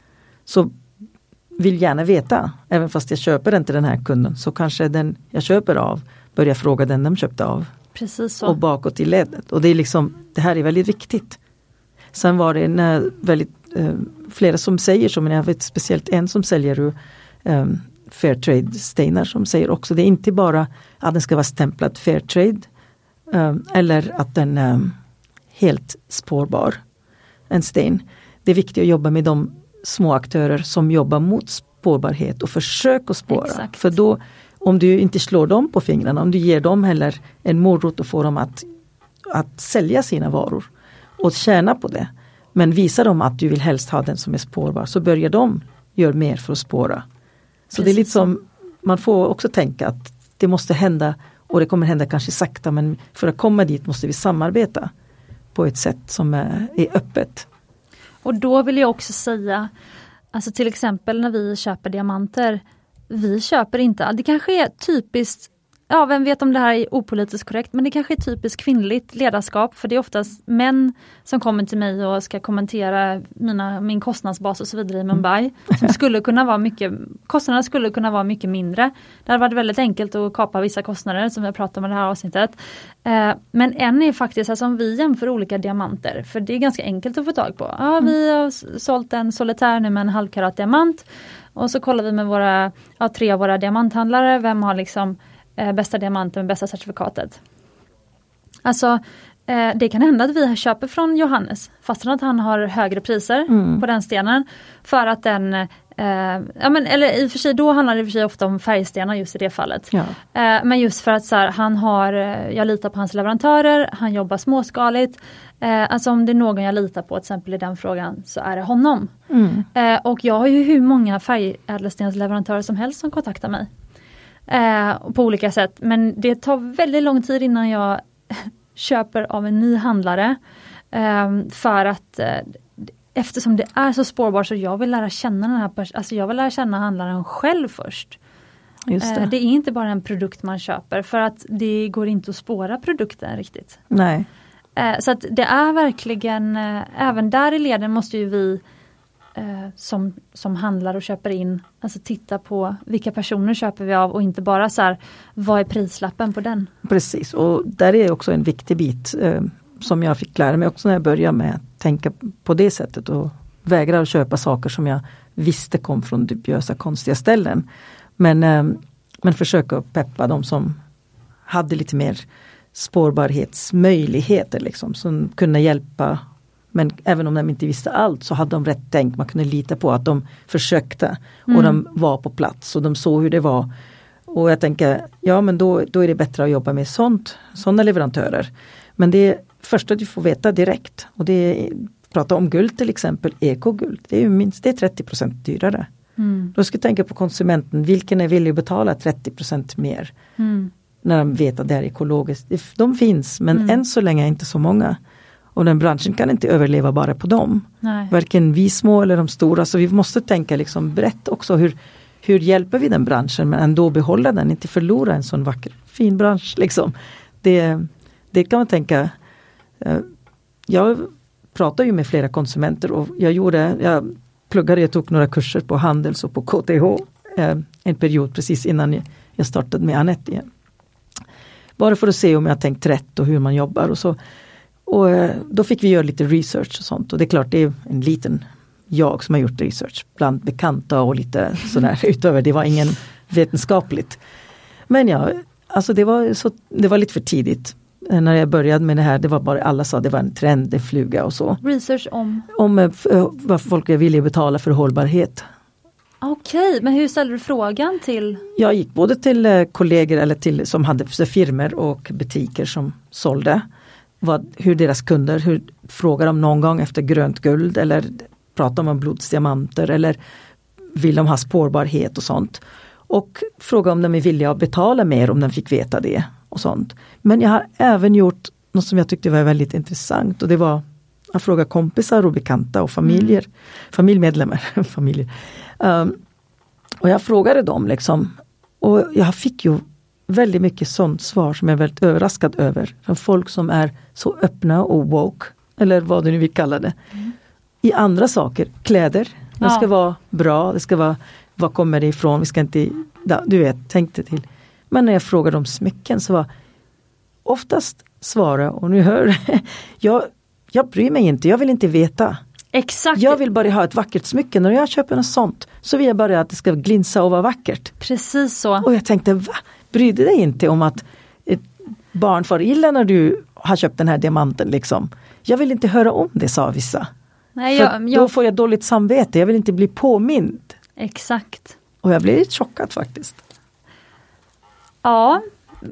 Så vill gärna veta, även fast jag köper den till den här kunden, så kanske den jag köper av börjar fråga den de köpte av. Precis så. Och bakåt i ledet. Och det är liksom, det här är väldigt viktigt. Sen var det flera som säger så, men jag vet speciellt en som säljer Fairtrade-stenar som säger också, det är inte bara att den ska vara stämplad Fairtrade eller att den är helt spårbar, en sten. Det är viktigt att jobba med de små aktörer som jobbar mot spårbarhet och försöker spåra. Exakt. För då, om du inte slår dem på fingrarna, om du ger dem heller en morot och får dem att sälja sina varor och tjäna på det, men visar dem att du vill helst ha den som är spårbar, så börjar de göra mer för att spåra. Så det är lite som, man får också tänka att det måste hända, och det kommer hända kanske sakta, men för att komma dit måste vi samarbeta på ett sätt som är öppet. Och då vill jag också säga, alltså till exempel när vi köper diamanter, vi köper inte, det kanske är typiskt, ja vem vet om det här är opolitiskt korrekt, men det kanske är typiskt kvinnligt ledarskap, för det är oftast män som kommer till mig och ska kommentera min kostnadsbas och så vidare i Mumbai. Som skulle kunna vara kostnaderna skulle kunna vara mycket mindre. Det hade varit väldigt enkelt att kapa vissa kostnader som vi har pratat om i det här avsnittet. Men en är faktiskt, alltså om vi jämför olika diamanter, för det är ganska enkelt att få tag på. Ja, vi har sålt en solitär nu med en halvkarat diamant, och så kollar vi med 3 av våra diamanthandlare, vem har liksom bästa diamanten med bästa certifikatet. Alltså det kan hända att vi köper från Johannes fast att han har högre priser på den stenen, för att den eller i och för sig, då handlar det i och för sig ofta om färgstenar just i det fallet. Ja. Men just för att så här, jag litar på hans leverantörer, han jobbar småskaligt. Alltså om det är någon jag litar på, till exempel i den frågan, så är det honom. Och jag har ju hur många färgädelstensleverantörer som helst som kontaktar mig. På olika sätt. Men det tar väldigt lång tid innan jag köper av en ny handlare. För att eftersom det är så spårbart, så jag vill lära känna den här alltså jag vill lära känna handlaren själv först. Just det. Det är inte bara en produkt man köper, för att det går inte att spåra produkten riktigt. Nej. Så att det är verkligen, även där i leden måste ju vi som handlar och köper in, alltså titta på vilka personer köper vi av, och inte bara så här, vad är prislappen på den? Precis, och där är också en viktig bit som jag fick lära mig också när jag började med att tänka på det sättet och vägra att köpa saker som jag visste kom från dubiösa, konstiga ställen. Men försöka peppa de som hade lite mer spårbarhetsmöjligheter liksom, som kunde hjälpa. Men även om de inte visste allt, så hade de rätt tänkt. Man kunde lita på att de försökte och de var på plats och de såg hur det var. Och jag tänker, ja men då är det bättre att jobba med sådana leverantörer. Men det är först att du får veta direkt. Och det är, prata om guld till exempel, ekoguld. Det är ju minst 30% dyrare. Då ska jag tänka på konsumenten, vilken är villig att betala 30% mer. När de vet att det är ekologiskt. De finns, men än så länge är inte så många. Och den branschen kan inte överleva bara på dem. Nej. Varken vi små eller de stora. Så vi måste tänka liksom brett också. Hur hjälper vi den branschen, men ändå behålla den. Inte förlora en sån vacker, fin bransch. Liksom. Det kan man tänka. Jag pratar ju med flera konsumenter. Och jag tog några kurser på Handels och på KTH. En period precis innan jag startade med Anette igen. Bara för att se om jag tänkt rätt och hur man jobbar och så. Och då fick vi göra lite research och sånt. Och det är klart, det är en liten jag som har gjort research bland bekanta och lite sådär utöver. Det var ingen vetenskapligt. Men ja, alltså det var lite för tidigt. När jag började med det här, det var bara, alla sa det var en trend, en fluga och så. Research om vad folk ville betala för hållbarhet. Okej, men hur ställde du frågan till? Jag gick både till kollegor eller som hade firmor och butiker som sålde. Hur deras kunder frågar de någon gång efter grönt guld eller pratar om blodsdiamanter eller vill de ha spårbarhet och sånt. Och fråga om de är villiga att betala mer om de fick veta det och sånt. Men jag har även gjort något som jag tyckte var väldigt intressant, och det var att fråga kompisar och bekanta och familjemedlemmar. Och jag frågade dem liksom, och jag fick ju väldigt mycket sånt svar som jag är väldigt överraskad över. Från folk som är så öppna och woke, eller vad du nu vill kalla det. I andra saker, kläder. Det ska vara bra, det ska vara, var kommer det ifrån? Vi ska inte, du vet, tänkte till. Men när jag frågade om smycken så var oftast svara, och nu hör jag bryr mig inte, jag vill inte veta. Exakt. Jag vill bara ha ett vackert smycke. När jag köper något sånt så vill jag bara att det ska glinsa och vara vackert. Precis så. Och jag tänkte, brydde dig inte om att ett barn får illa när du har köpt den här diamanten liksom. Jag vill inte höra om det, sa vissa. Nej, då får jag dåligt samvete. Jag vill inte bli påmind. Exakt. Och jag blev lite chockad faktiskt. Ja,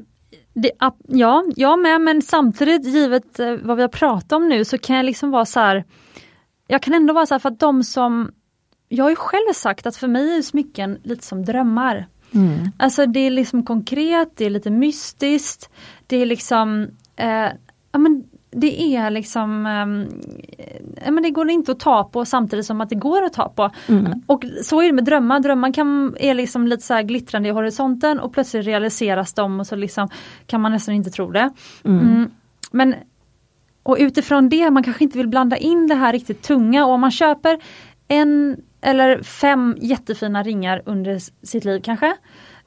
jag med, men samtidigt givet vad vi har pratat om nu, så kan jag liksom vara så här, jag kan ändå vara så här, för att de som, jag har ju själv sagt att för mig är smycken lite som drömmar. Alltså det är liksom konkret, det är lite mystiskt, det är liksom det är liksom men det går inte att ta på samtidigt som att det går att ta på. Och så är det med drömmar. Drömmar är liksom lite så här glittrande i horisonten, och plötsligt realiseras de, och så liksom kan man nästan inte tro det. Men och utifrån det, man kanske inte vill blanda in det här riktigt tunga, och om man köper 1 eller 5 jättefina ringar under sitt liv kanske,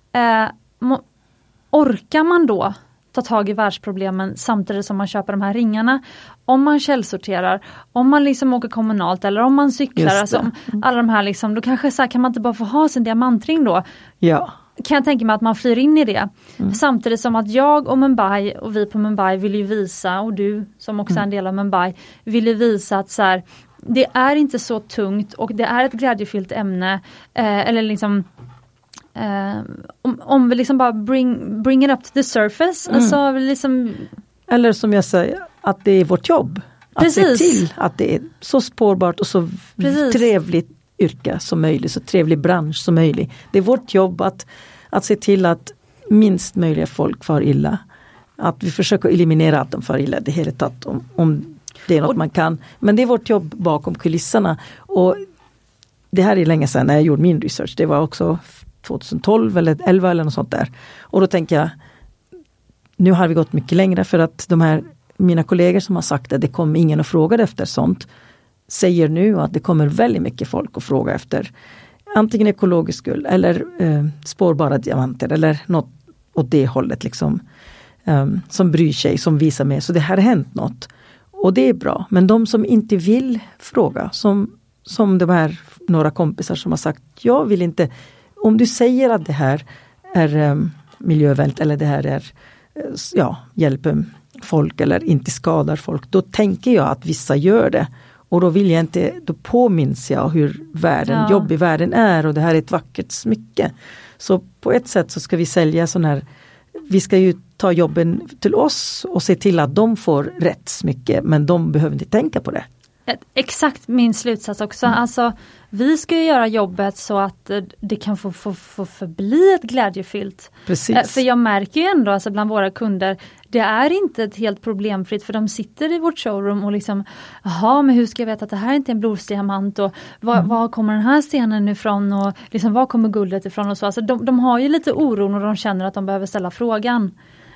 orkar man då ta tag i världsproblemen samtidigt som man köper de här ringarna? Om man källsorterar, om man liksom åker kommunalt, eller om man cyklar, alltså, alla de här liksom, då kanske så här, kan man inte bara få ha sin diamantring då? Ja. Kan jag tänka mig att man flyr in i det. Samtidigt som att jag och Mumbai, och vi på Mumbai vill ju visa, och du som också är en del av Mumbai, vill ju visa att så här, det är inte så tungt och det är ett glädjefyllt ämne. Eller liksom om vi liksom bara bring it up to the surface. Alltså liksom... Eller som jag säger, att det är vårt jobb. Att se till att det är så spårbart och så trevligt yrke som möjligt, så trevlig bransch som möjligt. Det är vårt jobb att se till att minst möjliga folk far illa. Att vi försöker eliminera att de far illa det hela tatt om det är något man kan. Men det är vårt jobb bakom kulisserna. Och det här är länge sedan när jag gjorde min research. Det var också 2012 eller 2011 eller något sånt där. Och då tänker jag, nu har vi gått mycket längre för att mina kollegor som har sagt att det kommer ingen att fråga efter sånt, säger nu att det kommer väldigt mycket folk att fråga efter antingen ekologisk guld eller spårbara diamanter eller något åt det hållet liksom, som bryr sig, som visar mig. Så det här har hänt något. Och det är bra. Men de som inte vill fråga, som de här några kompisar som har sagt, jag vill inte, om du säger att det här är miljövänligt eller det här är hjälper folk eller inte skadar folk, då tänker jag att vissa gör det. Och då vill jag inte, då påminns jag hur jobbig världen är och det här är ett vackert smycke. Så på ett sätt så ska vi sälja sån här, vi ska ju ta jobben till oss och se till att de får rätt smycke, men de behöver inte tänka på det. Exakt min slutsats också. Alltså, vi ska ju göra jobbet så att det kan få förbli ett glädjefyllt. Precis. För jag märker ju ändå alltså bland våra kunder, det är inte ett helt problemfritt, för de sitter i vårt showroom och liksom, jaha, men hur ska jag veta att det här inte är en blodsdiamant och var kommer den här stenen ifrån och liksom, var kommer guldet ifrån och så. Alltså, de har ju lite oro när de känner att de behöver ställa frågan.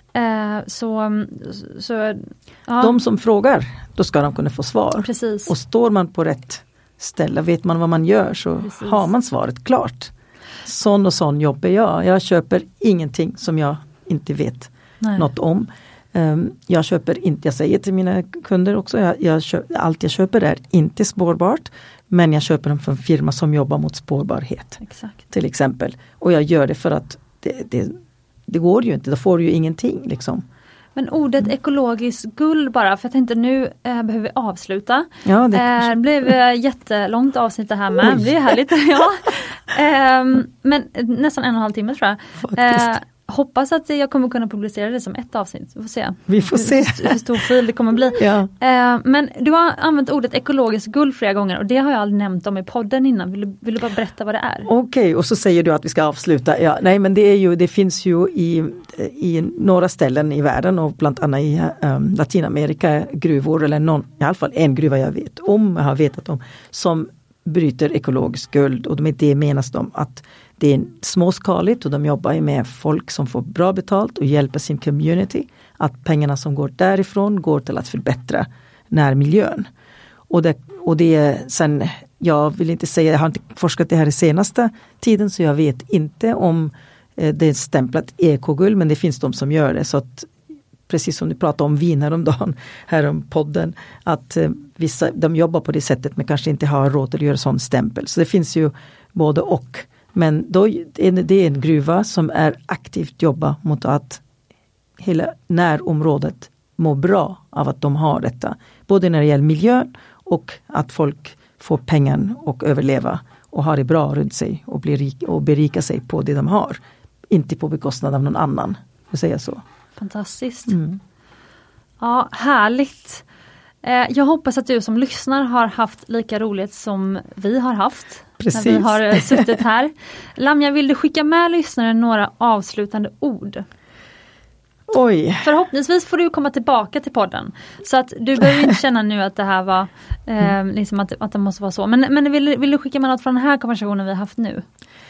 De som frågar, då ska de kunna få svar. Precis. Och står man på rätt ställe, vet man vad man gör, så har man svaret klart. Sån och sån jobbar jag. Jag köper ingenting som jag inte vet något om. Jag köper inte, jag säger till mina kunder också, allt jag köper är inte spårbart, men jag köper dem från en firma som jobbar mot spårbarhet. Exakt. Till exempel. Och jag gör det för att det går ju inte, då får du ju ingenting liksom. Men ordet ekologisk guld bara, för jag tänkte nu behöver vi avsluta. Ja, det blev jättelångt avsnitt det här med. Det är härligt. Men nästan 1,5 timme tror jag. Hoppas att jag kommer kunna publicera det som ett avsnitt. Vi får se. Hur stor fil det kommer bli. Ja. Men du har använt ordet ekologisk guld flera gånger och det har jag aldrig nämnt om i podden innan. Vill du bara berätta vad det är? Okej, och så säger du att vi ska avsluta. Ja, nej, men det finns ju i några ställen i världen och bland annat i Latinamerika gruvor, eller i alla fall en gruva jag har vetat om, som bryter ekologisk guld, och med det menas de att det är småskaligt och de jobbar med folk som får bra betalt och hjälper sin community. Att pengarna som går därifrån går till att förbättra närmiljön. Och det är sen, jag vill inte säga, jag har inte forskat det här i senaste tiden, så jag vet inte om det är stämplat ekoguld, men det finns de som gör det. Så att, precis som du pratade om vin häromdagen, här om podden, att vissa, de jobbar på det sättet men kanske inte har råd att göra sån stämpel. Så det finns ju både och. Men då är det en gruva som är aktivt jobba mot att hela närområdet mår bra av att de har detta. Både när det gäller miljön och att folk får pengar och överleva och har det bra runt sig och blir och berika sig på det de har. Inte på bekostnad av någon annan, för att säga så. Fantastiskt. Ja, härligt. Jag hoppas att du som lyssnar har haft lika roligt som vi har haft. Precis. När vi har suttit här. Lamja, vill du skicka med lyssnaren några avslutande ord? Oj. Förhoppningsvis får du komma tillbaka till podden. Så att du behöver inte känna nu att det här var liksom att det måste vara så. Men vill du skicka med något från den här konversationen vi har haft nu?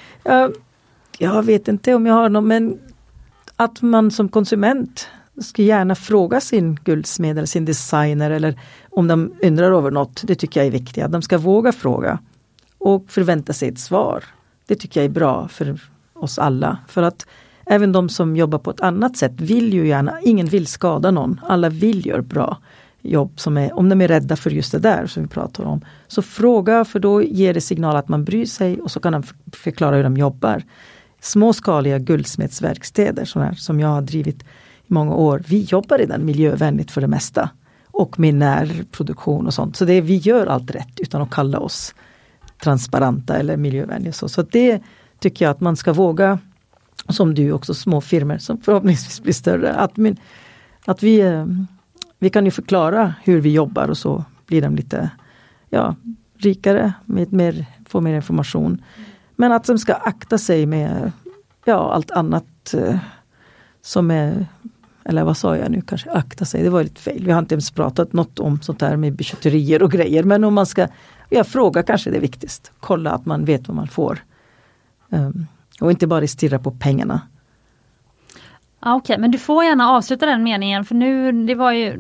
Jag vet inte om jag har något, men att man som konsument ska gärna fråga sin guldsmed eller sin designer, eller om de undrar över något, det tycker jag är viktigt. Att de ska våga fråga och förvänta sig ett svar. Det tycker jag är bra för oss alla. För att även de som jobbar på ett annat sätt vill ju gärna, ingen vill skada någon. Alla vill göra bra jobb, om de är rädda för just det där som vi pratar om. Så fråga, för då ger det signal att man bryr sig, och så kan de förklara hur de jobbar. Småskaliga guldsmedsverkstäder som jag har drivit i många år, vi jobbar redan miljövänligt för det mesta. och med närproduktion och sånt. Så vi gör allt rätt utan att kalla oss transparenta eller miljövänliga. Så det tycker jag att man ska våga, som du också, små firmor som förhoppningsvis blir större, att vi kan ju förklara hur vi jobbar och så blir de lite rikare, får mer information. Men att de ska akta sig med allt annat som är, eller vad sa jag nu, kanske akta sig, det var lite fel. Vi har inte ens pratat något om sånt här med bijouterier och grejer, men om man ska fråga kanske det är viktigast. Kolla att man vet vad man får. Och inte bara stirra på pengarna. Okej, men du får gärna avsluta den meningen, för nu, det var ju...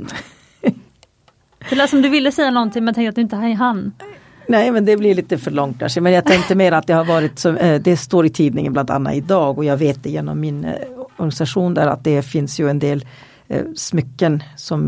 Det lät som du ville säga någonting, men tänkte att du inte hann. Nej, men det blir lite för långt kanske. Men jag tänkte mer att det har varit så, det står i tidningen bland annat idag, och jag vet det genom min organisation där, att det finns ju en del smycken som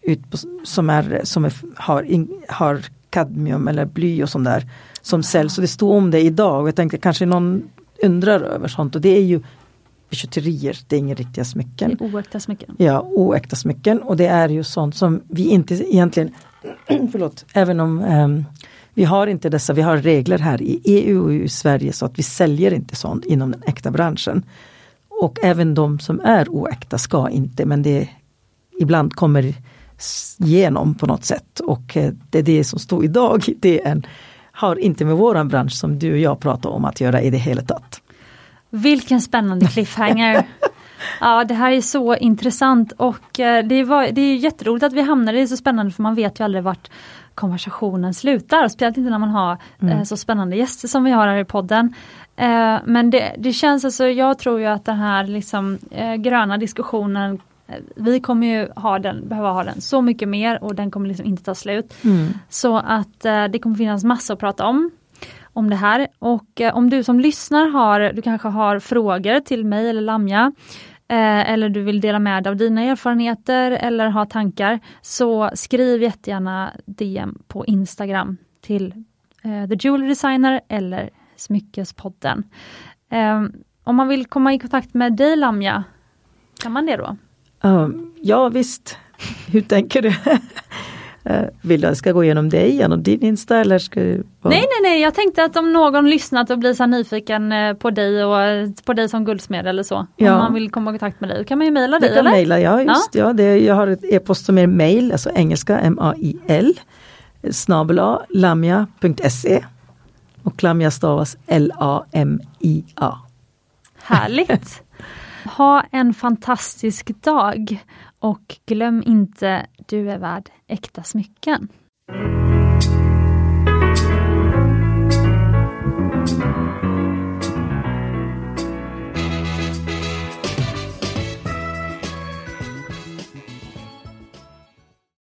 har kadmium eller bly och sånt där som säljs. Så det står om det idag, och jag tänkte kanske någon undrar över sånt, och det är ju bijouterier, det är inga riktiga smycken. Det är oäkta smycken. Ja, oäkta smycken, och det är ju sånt som vi inte egentligen även om vi har inte dessa, vi har regler här i EU och i Sverige så att vi säljer inte sånt inom den äkta branschen. Och även de som är oäkta ska inte, men det ibland kommer igenom på något sätt, och det är det som står idag, det har inte med våran bransch som du och jag pratar om att göra i det hela tatt. Vilken spännande cliffhanger. Ja, det här är så intressant, och det är jätteroligt att vi hamnar i det, så spännande, för man vet ju aldrig vart konversationen slutar, speciellt inte när man har så spännande gäster som vi har här i podden. Men det känns alltså, jag tror ju att den här liksom, gröna diskussionen, vi kommer ju behöva ha den så mycket mer, och den kommer liksom inte ta slut. Så att det kommer finnas massa att prata om det här. Och om du som lyssnar du kanske har frågor till mig eller Lamja, eller du vill dela med dig av dina erfarenheter eller ha tankar, så skriv jättegärna DM på Instagram till The Jewelry Designer eller Smyckespodden. Om man vill komma i kontakt med dig, Lamja, kan man det då? Ja, visst. Hur tänker du? Vill du ska gå igenom dig, genom din Insta, eller ska du... Nej, jag tänkte att om någon lyssnat och blir så nyfiken på dig och på dig som guldsmed eller så, om man vill komma i kontakt med dig, kan man ju mejla dig, eller? Mejla, jag har ett e-post som är mail, alltså engelska mail @lamia.se, och Lamia stavas LAMIA. Härligt! Ha en fantastisk dag, och glöm inte, du är värd äkta smycken.